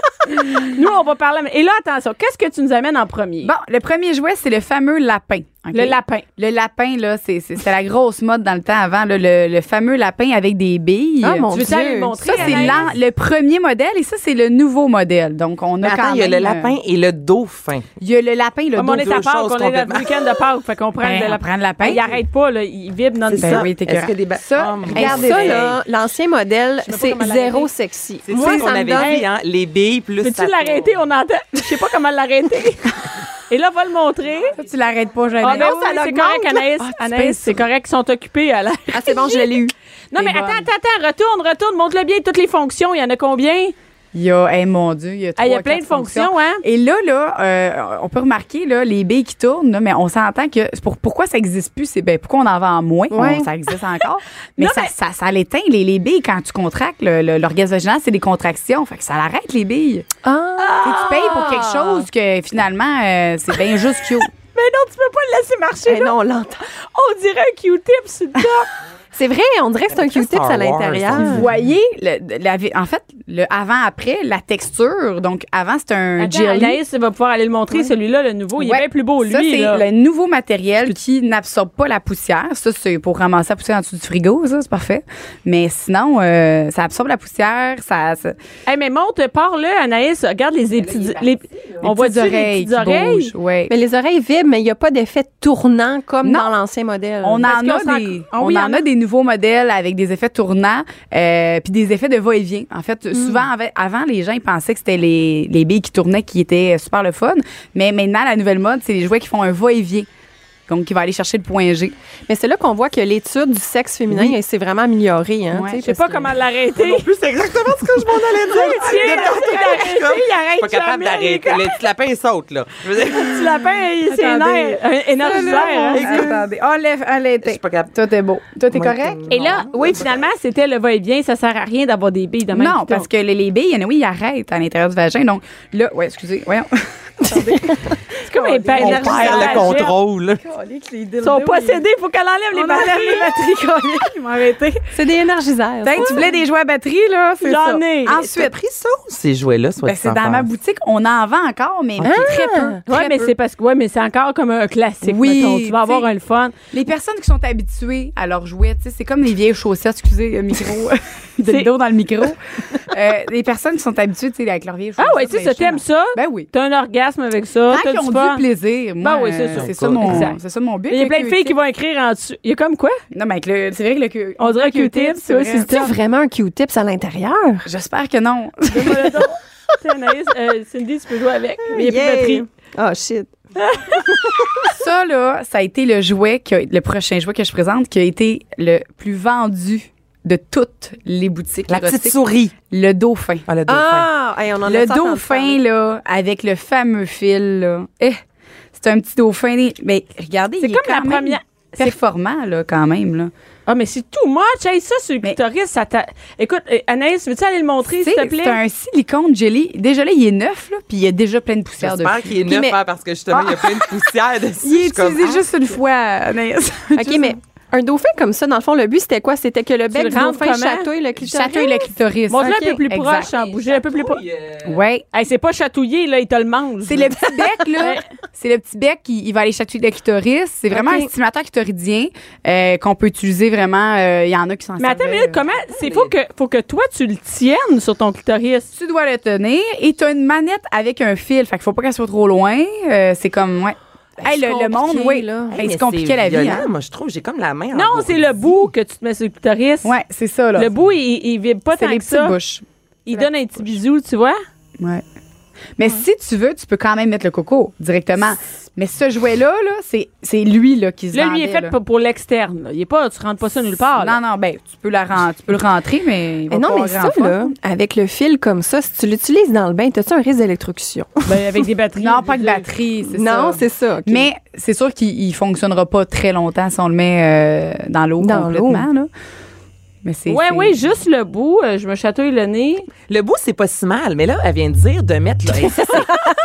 Nous, on va parler. Et là, attention, qu'est-ce que tu nous amènes en premier? Bon, le premier jouet, c'est le fameux lapin. OK? Le lapin. Le lapin, là, c'est, c'est, c'était la grosse mode dans le temps avant, là, le, le fameux lapin avec des billes. Ah, mon Tu veux Dieu. aller le montrer? Ça, c'est Anaïs? l'an- le premier modèle et ça, c'est le nouveau modèle. Donc, on a Mais quand attends, il y a même, le euh, lapin et le dauphin. Il y a le lapin, le Comme on est dauphin. à Pâques, choses on est dans le complètement. week-end de Pâques, fait qu'on prend Ben, de on la... prend le lapin. Il arrête pas, là, il vibre non Ben stop. oui, t'es Est-ce écœurant. que des ba- Ça, Oh, mon Hey, regardez ça, bien. là, l'ancien modèle, sais pas c'est comment zéro l'arrêter. sexy. C'est Moi, ça qu'on ça me avait donne... dit, hein? Les billes plus Peux-tu ça l'arrêter? tourne. On entend. Je sais pas comment l'arrêter. Et là, va le montrer. Ça, tu l'arrêtes pas jamais. Ah, ben non, oui, ça c'est l'augmente, correct, là. Anaïs. Ah, tu Anaïs, pèses c'est ça. correct, ils sont occupés à la... Ah, c'est bon, je l'ai eu. Non, T'es mais bonne. attends, attends, attends, retourne, retourne, montre-le bien, toutes les fonctions, il y en a combien? Il y a, hey, mon Dieu, il y a Ah, il y a trois, plein quatre de fonctions, hein? Et là, là, euh, on peut remarquer, là, les billes qui tournent, là, mais on s'entend que c'est pour, pourquoi ça n'existe plus, c'est ben, pourquoi on en vend moins? Ouais. On- ça existe encore. Mais, Non, ça, mais- ça, ça l'éteint, les, les billes, quand tu contractes, le- le- l'orgasme vaginal, c'est des contractions. Fait que ça l'arrête, les billes. Ah! Tu sais, tu payes pour quelque chose que finalement, euh, c'est bien juste cute. Mais non, tu peux pas le laisser marcher, Eh là. non, on l'entend. On dirait un Q-tip sur le top. C'est vrai, on dirait que c'est un Q-tips Star à Wars, l'intérieur. ça. Vous voyez, le, la, en fait, le avant-après, la texture. Donc, avant, c'était un Attends, jelly. Anaïs va pouvoir aller le montrer. Celui-là, le nouveau, il est Ouais. bien plus beau, lui. Ça, c'est là. le nouveau matériel qui n'absorbe pas la poussière. Ça, c'est pour ramasser la poussière en dessous du frigo, ça, c'est parfait. Mais sinon, euh, ça absorbe la poussière, ça... ça Hey, mais monte, pars-le, Anaïs. Regarde les, les petites... Les, on voit petites les oreilles petites qui oreilles? bougent, ouais. Mais les oreilles vibrent, mais il n'y a pas d'effet tournant comme Non. dans l'ancien modèle. On Parce en qu'on a se rend- des, Ah on oui, il y en en a a. des nouveaux modèles avec des effets tournants, euh, puis des effets de va-et-vient. En fait, souvent avec- avant, les gens ils pensaient que c'était les, les billes qui tournaient qui étaient super le fun, mais maintenant la nouvelle mode, c'est les jouets qui font un va-et-vient. Donc, qui va aller chercher le point G. Mais c'est là qu'on voit que l'étude du sexe féminin elle s'est vraiment améliorée. Hein, Ouais. tu sais, Je sais parce pas que- comment l'arrêter. En plus, c'est exactement ce que je m'en allais dire. Tiens, essaye d'arrêter, il arrête Je suis pas capable jamais. d'arrêter. Le petit lapin saute, là. Je veux dire, Le petit lapin, il- c'est Attendez. éner- un énergiseur. hein. Attendez, enlève, enlève. je suis pas capable. Toi, t'es beau. Toi, t'es Moi, correct? t'es- Et là, oui, finalement, c'était le va-et-vient. Ça sert à rien d'avoir des billes de même. Non, qui parce tournent. que les, les billes, oui, ils arrêtent à l'intérieur du vagin. Donc, là, ouais, excusez, voyons. c'est comme un pain On perd le contrôle. Ils sont possédés. Il faut qu'elle enlève les On batteries. enlève les batteries, Colin. Ils m'ont arrêté. C'est des énergiseurs. Peut-être que tu voulais des jouets à batterie, là, c'est ça. J'en ai. T'as Ensuite, pris ça ou ces jouets-là, soit ben, c'est dans ma boutique. On en vend encore, mais très peu. Ouais, très mais peu. c'est parce que ouais, mais c'est encore comme un classique. Oui, mettons. Tu vas avoir t'sais. un le fun. Les personnes qui sont habituées à leurs jouets, tu sais, c'est comme les vieilles chaussettes, excusez, le micro, de C'est- dos dans le micro. Euh, les personnes qui sont habituées, tu sais, avec leurs vieilles chaussettes. Ah ouais, tu sais, ça, ben, t'aimes ça? Ben oui. T'as un orgasme avec ça. Tant T'as qu'ils du ont fun. du plaisir. Moi, Ben oui, c'est euh, ça. C'est ça, mon, Exact. c'est ça mon but. Il y a avec plein le de filles qui Q-tip. vont écrire en dessous. Il y a comme quoi? Non, mais avec le, c'est vrai que le Q- On dirait un Q-tip, Q-tip, c'est ça, vrai. c'est C'est vraiment un Q-tips à l'intérieur. J'espère que non. Donne-moi le don. Tiens, Anaïs, euh, Cindy, tu peux jouer avec. Mais il n'y a plus de batterie. Oh, shit. Ça, là, ça a été le jouet, qui a- le prochain jouet que je présente, qui a été le plus vendu de toutes les boutiques La petite érotiques. souris. Le dauphin. Ah, le dauphin. Ah, hey, on en a Le entendu dauphin, parler. là, avec le fameux fil, là. Eh, c'est un petit dauphin. Mais regardez, C'est il comme est quand la même première- performant, là, quand même, là. Ah, mais c'est too much. Hey, ça, sur le Mais- clitoris, ça t'a. Écoute, euh, Anaïs, veux-tu aller le montrer, s'il C'est te plaît? c'est un silicone jelly. Déjà là, il est neuf, là, puis il y a déjà plein de poussière J'espère dessus. qu'il est Puis, neuf, mais- hein, parce que justement, il y a plein de poussière dessus. Il est Je suis comme, utilisé ah, juste une fois, Anaïs. OK, mais un dauphin comme ça, dans le fond, le but, c'était quoi? C'était que le bec le du rentres dauphin comment? chatouille le clitoris? Chatouille le clitoris. Montre-le Ok, un peu plus exact. proche, sans bouger un peu plus proche. Ouais. Hey, c'est pas chatouillé, là, il te le mange. C'est le petit bec, là. Ouais. C'est le petit bec qui il va aller chatouiller le clitoris. C'est vraiment Ok. un stimulateur clitoridien euh, qu'on peut utiliser vraiment. euh, Il y en a qui s'en servent. Mais attends une minute, comment? C'est faut que, faut que toi, tu le tiennes sur ton clitoris. Tu dois le tenir et tu as une manette avec un fil. Fait qu'il faut pas qu'elle soit trop loin. Euh, c'est comme, ouais. Hey, c'est le, le monde, compliqué, oui. là. Hey, mais c'est compliqué la vie. violent, Hein? Moi, je trouve, j'ai comme la main. Non, engourdie. c'est le bout que tu te mets sur le clitoris. Ouais, c'est ça, là. Le bout, il, il vibre pas c'est tant les que petites ça. bouches. Il donne un petit bisou, tu vois? Ouais. Mais si tu veux, tu peux quand même mettre le coco directement. Mais ce jouet-là, là, c'est, c'est lui là, qui se Là, lui, il est vendait, fait là. pour, pour l'externe. là. Il est pas, tu rentres pas ça nulle part. là. Non, non, ben, tu peux, la ren- tu peux le rentrer, mais. il va Mais non, pas mais avoir ça, grand fun. là, avec le fil comme ça, si tu l'utilises dans le bain, as-tu un risque d'électrocution? Ben, avec des batteries. Non, je pas veux de dire. batterie, c'est ça. Non, c'est ça. ok. Mais c'est sûr qu'il il fonctionnera pas très longtemps si on le met euh, dans l'eau Dans complètement. Là. Mais c'est, Ouais, c'est- oui, juste le bout. euh, je me chatouille le nez. Le bout, c'est pas si mal, mais là, elle vient de dire de mettre. Là, et ça, c'est-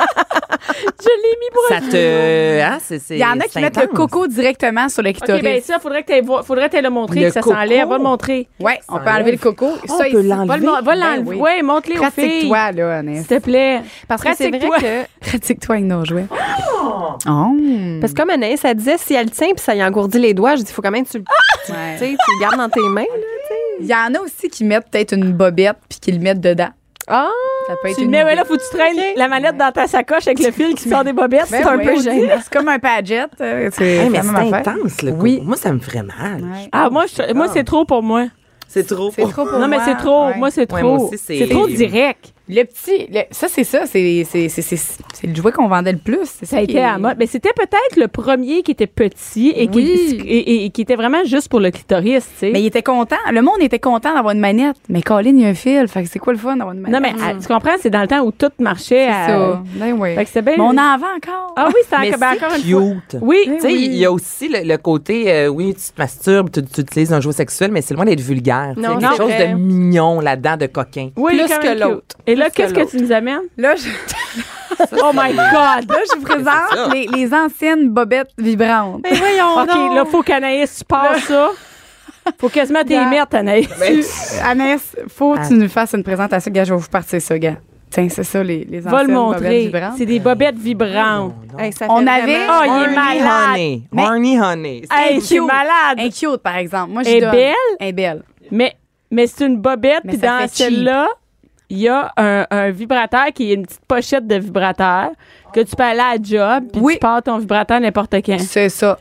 Je l'ai mis pour ça te. Hein, c'est, c'est, Il y en a qui c'est mettent le intense. coco directement sur le OK, clitoris. ben ça, faudrait que tu faudrait que le montrer, Le que ça coco. s'enlève. Va le montrer. Ouais, on peut s'enlève. enlever le coco. on ça, peut ici. l'enlever. Va le mon- va Ben l'enlever. oui. Ouais, montre-les aux filles. Pratique-toi, là, Annès. S'il te plaît. Parce que c'est vrai Pratique-toi. que... Pratique-toi avec nos jouets. Oh! Parce que comme Anaïs, elle disait, si elle le tient puis ça y engourdit les doigts, je dis, il faut quand même que tu, le- tu, Ouais. tu sais, tu le gardes dans tes mains. Là. Il y en a aussi qui mettent peut-être une bobette puis qui le mettent dedans. Ah! Ça peut être Tu le une mets, ouais, idée. là, faut que tu traînes la manette dans ta sacoche avec le fil qui sort des bobettes. Ben c'est un oui, peu on gênant. dit, C'est comme un padget. euh, C'est Hey, mais la c'est même affaire. intense, le coco. Oui. Moi, ça me ferait mal. Ouais. Ah, moi, je- moi c'est trop pour moi. C'est trop. C'est trop pour Non, mais moi. c'est trop. Ouais. Moi, c'est trop. Ouais, moi aussi, c'est- c'est trop direct. Le petit, le- ça, c'est ça. C'est, c'est, c'est, c'est, c'est le jouet qu'on vendait le plus. C'est Ça a qui été est- à la mode. Mais c'était peut-être le premier qui était petit et, Oui. qui, et, et- et qui était vraiment juste pour le clitoris, tu sais. Mais il était content. Le monde était content d'avoir une manette. Mais Colin, il y a un fil. Fait que c'est quoi le fun d'avoir une manette? non, mais ah, tu comprends, c'est dans le temps où tout marchait. c'est à... ça. Ben oui. Fait que c'était bien. Mais on en vend encore. Ah oui, c'est Mais encore, ben, c'est encore une fois. cute. Oui. Ben Tu sais, oui. il y a aussi le, le côté, euh, oui, tu te masturbes, tu, tu utilises un jouet sexuel, mais c'est loin d'être vulgaire. Non, Il y a quelque c'est chose vrai. de mignon là-dedans, de coquin. Oui, Plus quand que même cute. l'autre. Et là, Plus que qu'est-ce que l'autre. tu nous amènes? Là, je, Oh my God! là, je vous C'est ça. présente les, les anciennes bobettes vibrantes. Mais voyons OK, là, faut qu'Anaïs, tu passes ça. Faut quasiment t'y Gars. mettre, Anaïs. Tu- Anaïs, faut que Ah. tu nous fasses une présentation. Gars, je vais vous partir ça, gars. Tiens, c'est ça, les, les Va le anciennes montrer. bobettes vibrantes. C'est des bobettes vibrantes. Hey, ça On fait avait- vraiment- Oh, il est Horny malade. honey. Mais- Horny honey. Hey, cute. c'est malade. Un cute, par exemple. Moi, je Elle est donne. belle? Elle est belle. Mais, mais c'est une bobette, Mais puis ça dans fait cheap. celle-là, il y a un, un vibrateur qui est une petite pochette de vibrateur que tu peux aller à la job, puis Oui. tu pars ton vibrateur n'importe quand. C'est ça.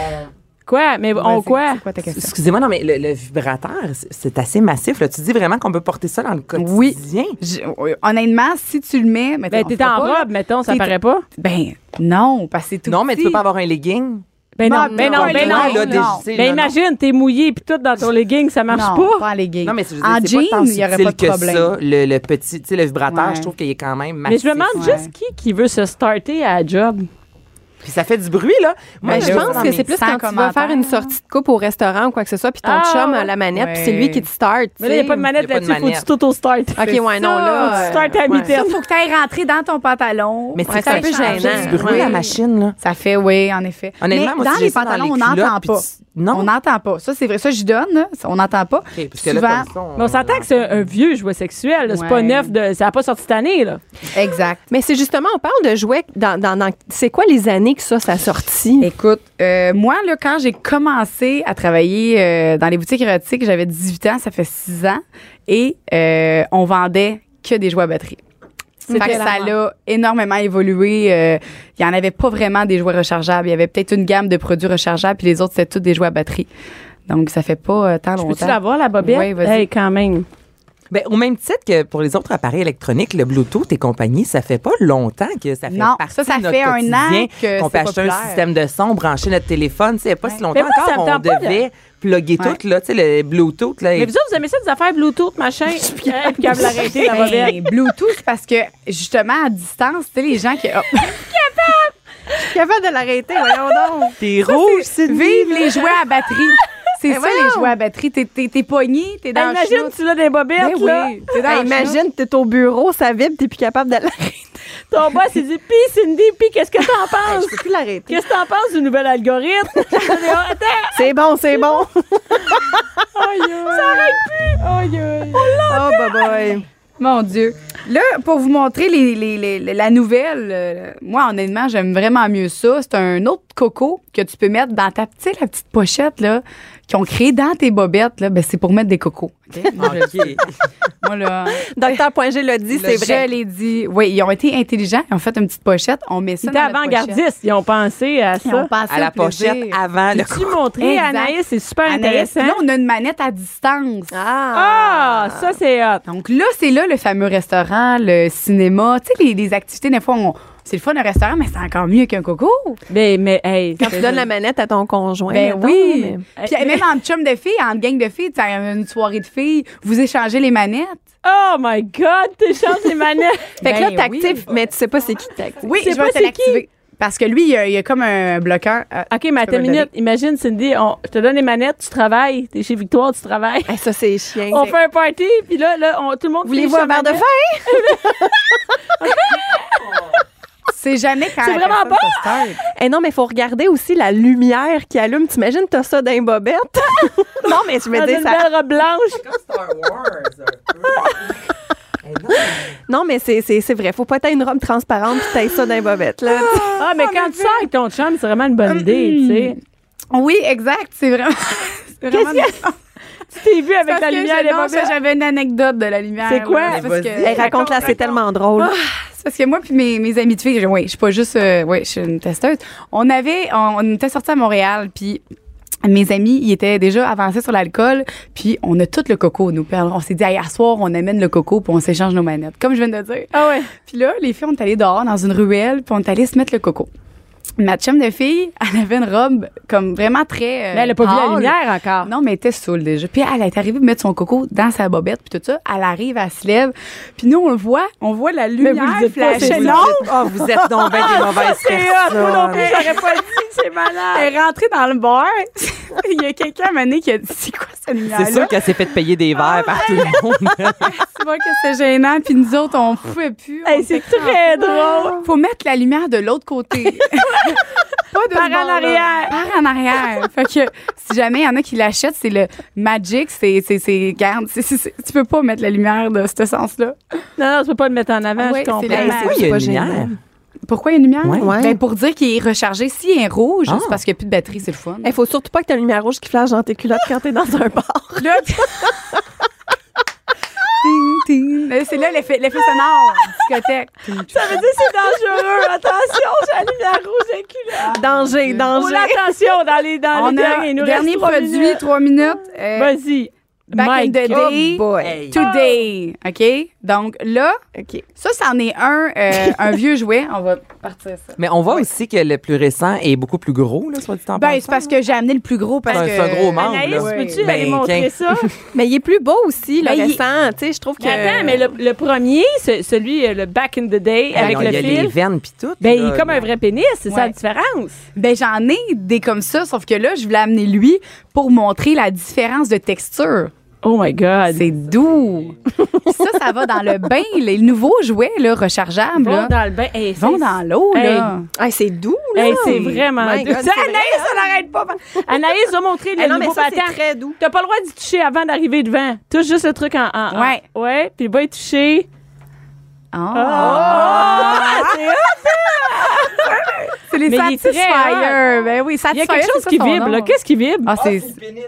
Quoi? Mais on Vas-y, quoi? C'est quoi ta question? Excusez-moi, non, mais le, le vibrateur, c'est- c'est assez massif. Là. Tu dis vraiment qu'on peut porter ça dans le Oui. quotidien? Je- euh, honnêtement, si tu le mets. Mais Ben, on t'es fera en pas, là. robe, mettons, ça T'es- paraît pas? Ben, non, parce que c'est tout. Non, mais tu petit. peux pas avoir un legging. Ben non, Non, ben non, non, ben non, non. non, là, non. déjà, tu sais, Ben là, non. imagine, t'es mouillé puis tout dans ton legging, ça marche non, pas. pas en legging. Non, mais c'est, je veux en dire, c'est jean, pas tant il y aurait subtil pas de que problème. ça. Le, le petit, tu sais, le vibrateur, Ouais. je trouve qu'il est quand même Mais massif. je me demande ouais. juste qui qui veut se starter à la job. Puis ça fait du bruit, là. Moi, Ben, Ben, je là, pense dans que mes c'est plus cent quand tu vas commentaires. faire une sortie de couple au restaurant ou quoi que ce soit, puis ton Ah, chum ouais. a la manette, puis Ouais. c'est lui qui te start. Mais là, il n'y a pas de tu manette y a pas de là-dessus, faut que manette. tu t'auto-start. sais. OK, ouais, non, Ça, là. tu startes à ouais. mitaine. Il faut que tu ailles rentrer dans ton pantalon. Mais c'est Ouais, que c'est un ça peu change gênant. du bruit, Ouais. la machine, là. Ça fait, oui, en effet. Honnêtement, mais moi, dans si les j'ai ça dans pantalons, les on n'entend culottes, pas. puis tu- non. On n'entend pas. Ça, c'est vrai. Ça, j'y donne. là. On n'entend pas. OK, parce que là, Souvent- comme ça, on- Mais on s'entend que c'est un, un vieux jouet sexuel. là. C'est Ouais. pas neuf. De, ça n'a pas sorti cette année. Là. Exact. Mais c'est justement, on parle de jouets. Dans, dans, dans- c'est quoi les années que ça, ça a sorti? Écoute, euh, moi, là, quand j'ai commencé à travailler euh, dans les boutiques érotiques, j'avais dix-huit ans, ça fait six ans, et euh, on vendait que des jouets à batterie. Fait que ça l'a énormément évolué. euh, Il y en avait pas vraiment des jouets rechargeables. Il y avait peut-être une gamme de produits rechargeables, puis les autres, c'était tous des jouets à batterie. Donc, ça fait pas euh, tant Peux-tu longtemps. l'avoir, la bobette? Oui, vas-y. Hey, quand même. Ben, au même titre que pour les autres appareils électroniques, le Bluetooth et compagnie, ça fait pas longtemps que ça fait Non, partie ça, ça de notre fait un quotidien, an que qu'on c'est peut acheter populaire. un système de son, brancher notre téléphone. Tu sais, il n'y a pas si longtemps Mais moi, ça me encore, on tente pas de- devait plugger Ouais. tout, là, tu sais, le Bluetooth. Là, Mais vous autres, vous aimez ça, des affaires Bluetooth, machin? Hey, puis câble arrêté, la bobette. Ben, Bluetooth, parce que justement, à distance, tu sais, les gens qui. oh, Capable de l'arrêter, voyons donc. t'es rouge, c'est Vive les jouets à batterie. C'est Ben ça, voyons. les jouets à batterie. T'es, t'es, t'es pogné, t'es dans Hey, le imagine, chenoute. tu l'as des bobettes, Ben là. oui, t'es dans Hey, le chenoute. imagine, t'es au bureau, ça vibre, t'es plus capable de l'arrêter. Ton boss, il dit, pis Cindy, pis qu'est-ce que t'en penses? Je peux plus l'arrêter. Qu'est-ce que t'en penses du nouvel algorithme? Attends! C'est bon, c'est bon. Aïe, aïe. Ça arrête plus! Aïe, aïe. Oh, bye bye. Mon Dieu. Là, pour vous montrer les, les, les- la nouvelle, euh, moi, honnêtement, j'aime vraiment mieux ça. C'est un autre coco que tu peux mettre dans ta petite, la petite pochette, là, qu'ils ont créé dans tes bobettes, là. Ben, c'est pour mettre des cocos. OK? Moi, je- OK. moi, là. Docteur Poingé l'a dit, c'est vrai. Je l'ai dit. Oui, ils ont été intelligents. Ils ont fait une petite pochette. On met ça C'était dans notre pochette. avant-gardiste. Ils ont pensé à Ils ont ça. pensé À la au plaisir. pochette avant le Tu montré, Exact. Anaïs, c'est super Anaïs, intéressant. là, on a une manette à distance. Ah, ça, c'est hot. Donc là, c'est là le fameux restaurant, le cinéma. Tu sais, les, les activités, des fois, on- c'est le fun un restaurant, mais c'est encore mieux qu'un coco. Mais, mais, hey. Quand tu donnes la manette à ton conjoint. Ben mettons, oui. mais- Puis même entre chum de filles, entre gang de filles, tu as une soirée de filles, vous échangez les manettes. Oh my God, t'échanges les manettes. Fait que là, Ben t'actives, oui. mais tu sais pas c'est qui t'active. Oui, sais je pas vais te c'est l'activer. Parce que lui, il y a, il y a comme un bloqueur. Euh, OK, mais je attends peux une me le minute. Imagine, Cindy, on, je te donne les manettes, tu travailles. T'es chez Victoire, tu travailles. Hey, ça, c'est chiant. On fait un party, puis là, là on- tout le monde... Voulez-vous finit un verre de manette. vin? C'est jamais quand C'est la vraiment personne se start. Eh non, mais il faut regarder aussi la lumière qui allume. T'imagines, t'as ça dans les bobettes? non, mais je veux Dans dire, une ça... belle robe blanche. Comme Star Wars, un peu. Non, mais c'est, c'est, c'est vrai. Faut pas être une robe transparente puis t'ailles ça dans les bobettes, là. Ah, mais quand tu sors avec ton chum, c'est vraiment une bonne idée, tu sais. Oui, exact. C'est vraiment. c'est vraiment Qu'est-ce qu'il y a? Tu t'es vu avec Parce la que lumière je- des non, ça, bobettes? j'avais une anecdote de la lumière. C'est quoi? là. C'est parce que- Vas-y. Hey, raconte-la, c'est tellement drôle. C'est parce que moi puis mes, mes amis de filles, je- oui, je suis pas juste, euh, oui, je suis une testeuse. On avait, on, on était sortis à Montréal, puis mes amis, ils étaient déjà avancés sur l'alcool, puis on a tout le coco, nous. Puis on s'est dit, hey, à soir, on amène le coco, puis on s'échange nos manettes, comme je viens de dire. Ah ouais. Puis là, les filles, on est allées dehors dans une ruelle, puis on est allées se mettre le coco. Ma chum de fille, elle avait une robe comme vraiment très. euh, Mais elle a pas vu la pâle. lumière encore. Non, mais elle était saoule déjà. Puis elle est arrivée mettre son coco dans sa bobette, puis tout ça. Elle arrive, elle se lève. Puis nous, on le voit, on voit la lumière vous le dites pas, flasher. c'est- Non! Oh, vous êtes donc bien des mauvaises C'est hot, moi non plus, personnes. j'aurais pas dit, c'est malade. Elle est rentrée dans le bar. Il y a quelqu'un à un moment donné qui a dit, c'est quoi cette lumière-là? C'est sûr qu'elle s'est fait payer des verres par tout le monde. Tu vois que c'est gênant. Puis nous autres, on pouvait plus. Hey, on c'est était très crampés. drôle. Faut mettre la lumière de l'autre côté. pas de Par ce en bord-là. arrière. Par en arrière. Fait que si jamais il y en a qui l'achètent, c'est le Magic, c'est, c'est, c'est, garde, c'est, c'est, c'est- tu peux pas mettre la lumière de ce sens-là. Non, non, tu peux pas le mettre en avant, Ah ouais, je comprends. c'est la- Hey, c'est Oui, il y a pas une gênant. lumière. Pourquoi il y a une lumière? Ouais. Ouais. Ben, pour dire qu'il est rechargé. S'il est rouge, Ah. c'est parce qu'il n'y a plus de batterie, c'est le fun. Il faut surtout pas que tu aies une lumière rouge qui flash dans tes culottes quand t'es dans un bar. Là, t- Ting, ting. Là, c'est là l'effet, l'effet sonore, discothèque. Ça veut dire que c'est dangereux. Attention, j'ai la lumière rouge et culotte. Danger, Oh, danger. attention dans les, dans On les a derniers. Il nous dernier reste trois produit, minutes. trois minutes. euh, Vas-y. Back in Mike. the day, Oh boy. Hey. today. OK? Donc là, OK. ça, c'en est un, euh, un vieux jouet. On va partir ça. Mais on voit aussi que le plus récent est beaucoup plus gros, là, soit dit en Ben, passant. c'est parce que j'ai amené le plus gros parce C'est un- que. c'est un gros membre, Anaïs, là. peux-tu Ben, aller montrer tiens. ça? Mais il est plus beau aussi, le Ben, il- récent. Tu sais, je trouve que. Mais attends, mais le, le premier, ce- celui, euh, le Back in the Day, Ben, avec non, le il y a les fil, veines puis tout. ben, il là, est comme là. un vrai pénis, c'est ça la Ouais. différence. Ben, j'en ai des comme ça, sauf que là, je voulais amener lui pour montrer la différence de texture. Oh my God. C'est doux. Puis ça, ça va dans le bain. Les nouveaux jouets, là, rechargeables, Ils vont là, dans le bain. Hey, vont c'est- dans l'eau, Hey. là. Hey, c'est doux, là. Hey, c'est vraiment My doux. God, Ça, c'est vrai, Anaïs, ça n'arrête pas. Anaïs va montrer le Eh non, mais nouveau ça, c'est battant. très doux. T'as pas le droit d'y toucher avant d'arriver devant. Touche juste le truc en. en- en- Ouais. Ouais, puis va y toucher. Ah. Ah, c'est C'est les Mais il est Satisfyer. très Ben oui, Il y Satisfyer. a quelque chose c'est ça qui son vibre, nom. là. Qu'est-ce qui vibre? Ah, c'est.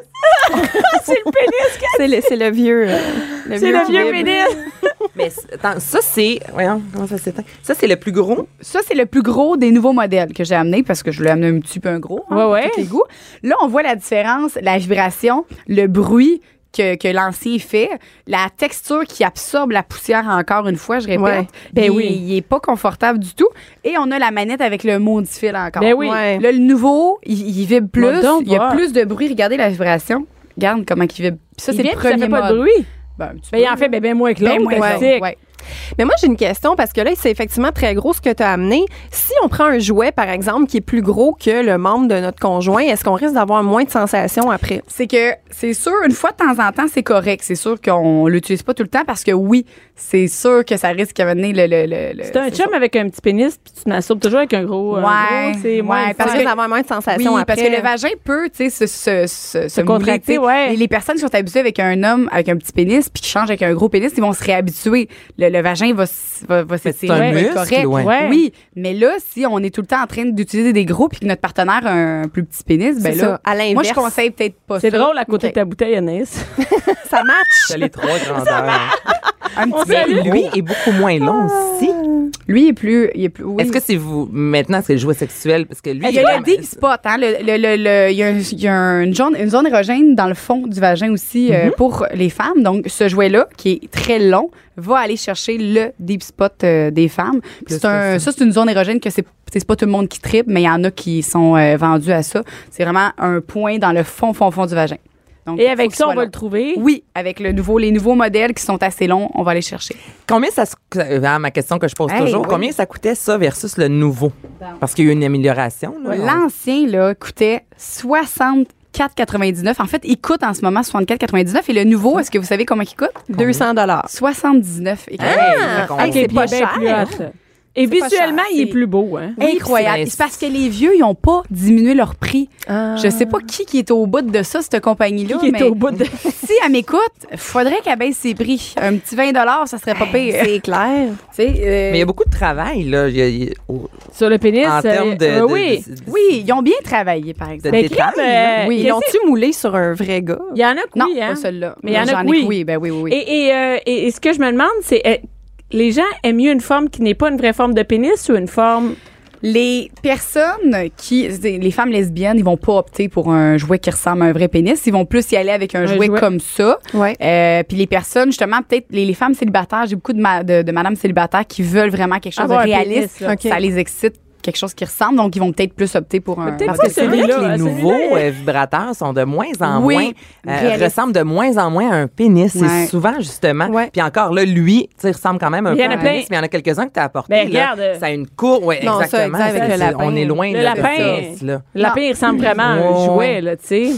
C'est le pénis. C'est le, c'est le vieux. euh, C'est le qui vieux vibre. pénis. Mais c'est- attends, ça, c'est. Voyons, comment ça s'éteint? Ça, c'est le plus gros. Ça, c'est le plus gros des nouveaux modèles que j'ai amené parce que je l'ai amené un petit peu un gros. hein, Ouais, pour ouais. tous les goûts. Là, on voit la différence, la vibration, le bruit que, que l'ancien fait, la texture qui absorbe la poussière encore une fois, je répète. Ouais. Ben il, oui. Il est pas confortable du tout. Et on a la manette avec le maudit fil encore. Ben oui. Ouais. Là, le nouveau, il, il vibre plus. Va donc Il y a voir. plus de bruit. Regardez la vibration. Regarde comment il vibre. Puis ça, Il c'est le vibre, ça premier fait pas mode. de bruit. Ben, un petit Ben, il peu, en fait ben, ben moins que Ben, l'autre. moins, classique. ouais, ouais. Mais moi, j'ai une question parce que là, c'est effectivement très gros ce que tu as amené. Si on prend un jouet, par exemple, qui est plus gros que le membre de notre conjoint, est-ce qu'on risque d'avoir moins de sensations après? C'est que c'est sûr, une fois de temps en temps, c'est correct. C'est sûr qu'on l'utilise pas tout le temps parce que oui, c'est sûr que ça risque d'amener le. le, le, le C'est un c'est chum ça. avec un petit pénis, puis tu masturbes toujours avec un gros. un Ouais, gros, c'est moins ouais, le parce Ça fun. risque d'avoir moins de sensations Oui, après. parce que le vagin peut, tu sais, se, se, se, se contracter, mouler, tu sais. ouais. Et les personnes qui sont habituées avec un homme avec un petit pénis puis qui changent avec un gros pénis, ils vont se réhabituer. Le, le vagin va, s- va, va s'étirer. un va être muscle, correct. ouais. Ouais. Oui, mais là, si on est tout le temps en train d'utiliser des gros puis que notre partenaire a un plus petit pénis, ben C'est là, ça, à l'inverse. moi, je conseille peut-être pas ça. C'est drôle à côté Ok. de ta bouteille, Anaïs. Ça match. C'est les trois grandeurs. Un petit Mais peu. lui est beaucoup moins long aussi. Lui, il est plus. Il est plus oui. Est-ce que c'est vous. Maintenant, c'est le jouet sexuel? Parce que lui. Il y a est le deep spot, hein, le, le, le, le- il y a, un- il y a un- une, zone, une zone érogène dans le fond du vagin aussi euh, pour les femmes. Donc, ce jouet-là, qui est très long, va aller chercher le deep spot euh, des femmes. Puis Plus C'est un, que ça, c'est une zone érogène que c'est c'est pas tout le monde qui tripe, mais il y en a qui sont euh, vendus à ça. C'est vraiment un point dans le fond, fond, fond du vagin. Donc, Et faut avec qu'il ça, on soit va long. le trouver. Oui, avec le nouveau, les nouveaux modèles qui sont assez longs, on va aller chercher. Combien ça se. Ah, ma question que je pose Hey, toujours. oui. Combien ça coûtait ça versus le nouveau? Parce qu'il y a eu une amélioration. Là. L'ancien, là, coûtait soixante-quatre quatre-vingt-dix-neuf. En fait, il coûte en ce moment soixante-quatre quatre-vingt-dix-neuf. Et le nouveau, est-ce que vous savez comment il coûte? deux cents dollars. soixante-dix-neuf. Et Hey, fait qu'on- hey, Ok, c'est puis pas il est bien cher. plus hot. Et C'est pas visuellement, cher, il est c'est- plus beau. Hein? incroyable. puis c'est- C'est parce que les vieux, ils n'ont pas diminué leur prix. Ah. Je sais pas qui qui est au bout de ça, cette compagnie-là. Qui est mais au bout de. si elle m'écoute, faudrait qu'elle baisse ses prix. Un petit vingt ça serait pas pire. C'est clair. Tu sais, euh, Mais il y a beaucoup de travail, là. Il y a- il y a- au- Sur le pénis. en euh, termes de, euh, de- oui. de- de- oui, ils ont bien travaillé, par exemple. Ben, détails, crème, là. euh, Oui. Ils l'ont-tu moulé sur un vrai gars? Il y en a que Non, oui, hein? pas celle-là. Mais il y en a J'en que ai oui. que oui. Ben oui, oui, oui. Et, et, euh, et, et ce que je me demande, c'est euh, les gens aiment mieux une forme qui n'est pas une vraie forme de pénis ou une forme. Les personnes qui, les femmes lesbiennes, ils vont pas opter pour un jouet qui ressemble à un vrai pénis. Ils vont plus y aller avec un, Un jouet, jouet. comme ça. Ouais. Euh, puis les personnes, justement, peut-être les, les femmes célibataires, j'ai beaucoup de, ma, de, de madames célibataires qui veulent vraiment quelque chose Avoir un de réaliste. pénis, là. OK. Ça les excite, quelque chose qui ressemble. Donc, ils vont peut-être plus opter pour un. peut-être Parce pas que c'est vrai celui-là, que les celui-là, nouveaux il- euh, vibrateurs sont de moins en Oui, moins, euh, réalistes. ressemblent de moins en moins à un pénis. Ouais. C'est souvent, justement. Ouais. Puis encore là, lui, tu sais, il ressemble quand même un Il y peu en à a un plein. pénis, mais il y en a quelques-uns que tu as apportés. Ben, là. regarde. Ça a une courbe. Oui, Non, ça, exactement. exact, avec C'est- le c'est- lapin. On est loin Le là, de lapin. ça, là. Le lapin, il ressemble vraiment à un Ouais, jouet, ouais. là, tu sais.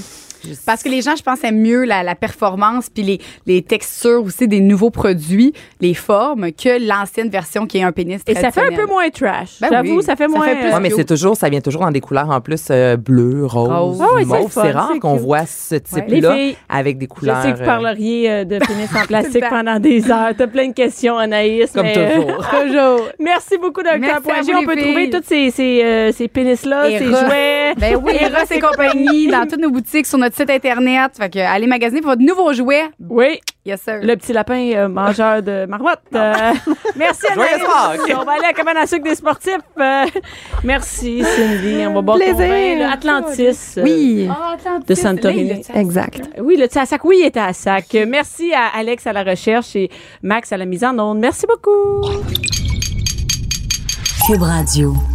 Parce que les gens, je pense, aiment mieux la, la performance puis les, les textures aussi des nouveaux produits, les formes, que l'ancienne version qui est un pénis Et ça fait un traditionnel. peu moins trash. Ben J'avoue, oui. ça fait Ça moins... fait plus Ouais, mais c'est toujours, ça vient toujours dans des couleurs en plus euh, bleu, rose, Rose. Ah oui, c'est mauve. le fun, C'est rare c'est qu'on cute. voit ce Les type-là filles, avec des Je couleurs. sais que vous euh, parleriez euh, de pénis en plastique Tout le temps. pendant des heures. T'as plein de questions, Anaïs. Comme mais, euh, toujours. toujours. Merci beaucoup, Docteur Merci à Poirier. vous, On peut les trouver filles. tous ces, ces, euh, ces pénis-là, Et ces Ross. jouets. Ben oui, Eros et compagnie, dans toutes nos boutiques, sur notre site Internet. Fait que allez magasiner pour votre nouveau jouet. Oui, Yes, sir. le petit lapin euh, mangeur de marmotte. Euh, merci, Anaïs. Joyeuse Pâques. On va aller à la cabane à sucre des sportifs. Euh, merci, Cindy. On va boire ton Plaisir. vin. Le Atlantis. euh, Oui, Ah, Atlantis, de Santorini. là, il l'a- exact. Oui, le thé à sac. Oui, il était à sac. Merci à Alex à la recherche et Max à la mise en onde. Merci beaucoup. Cube Radio.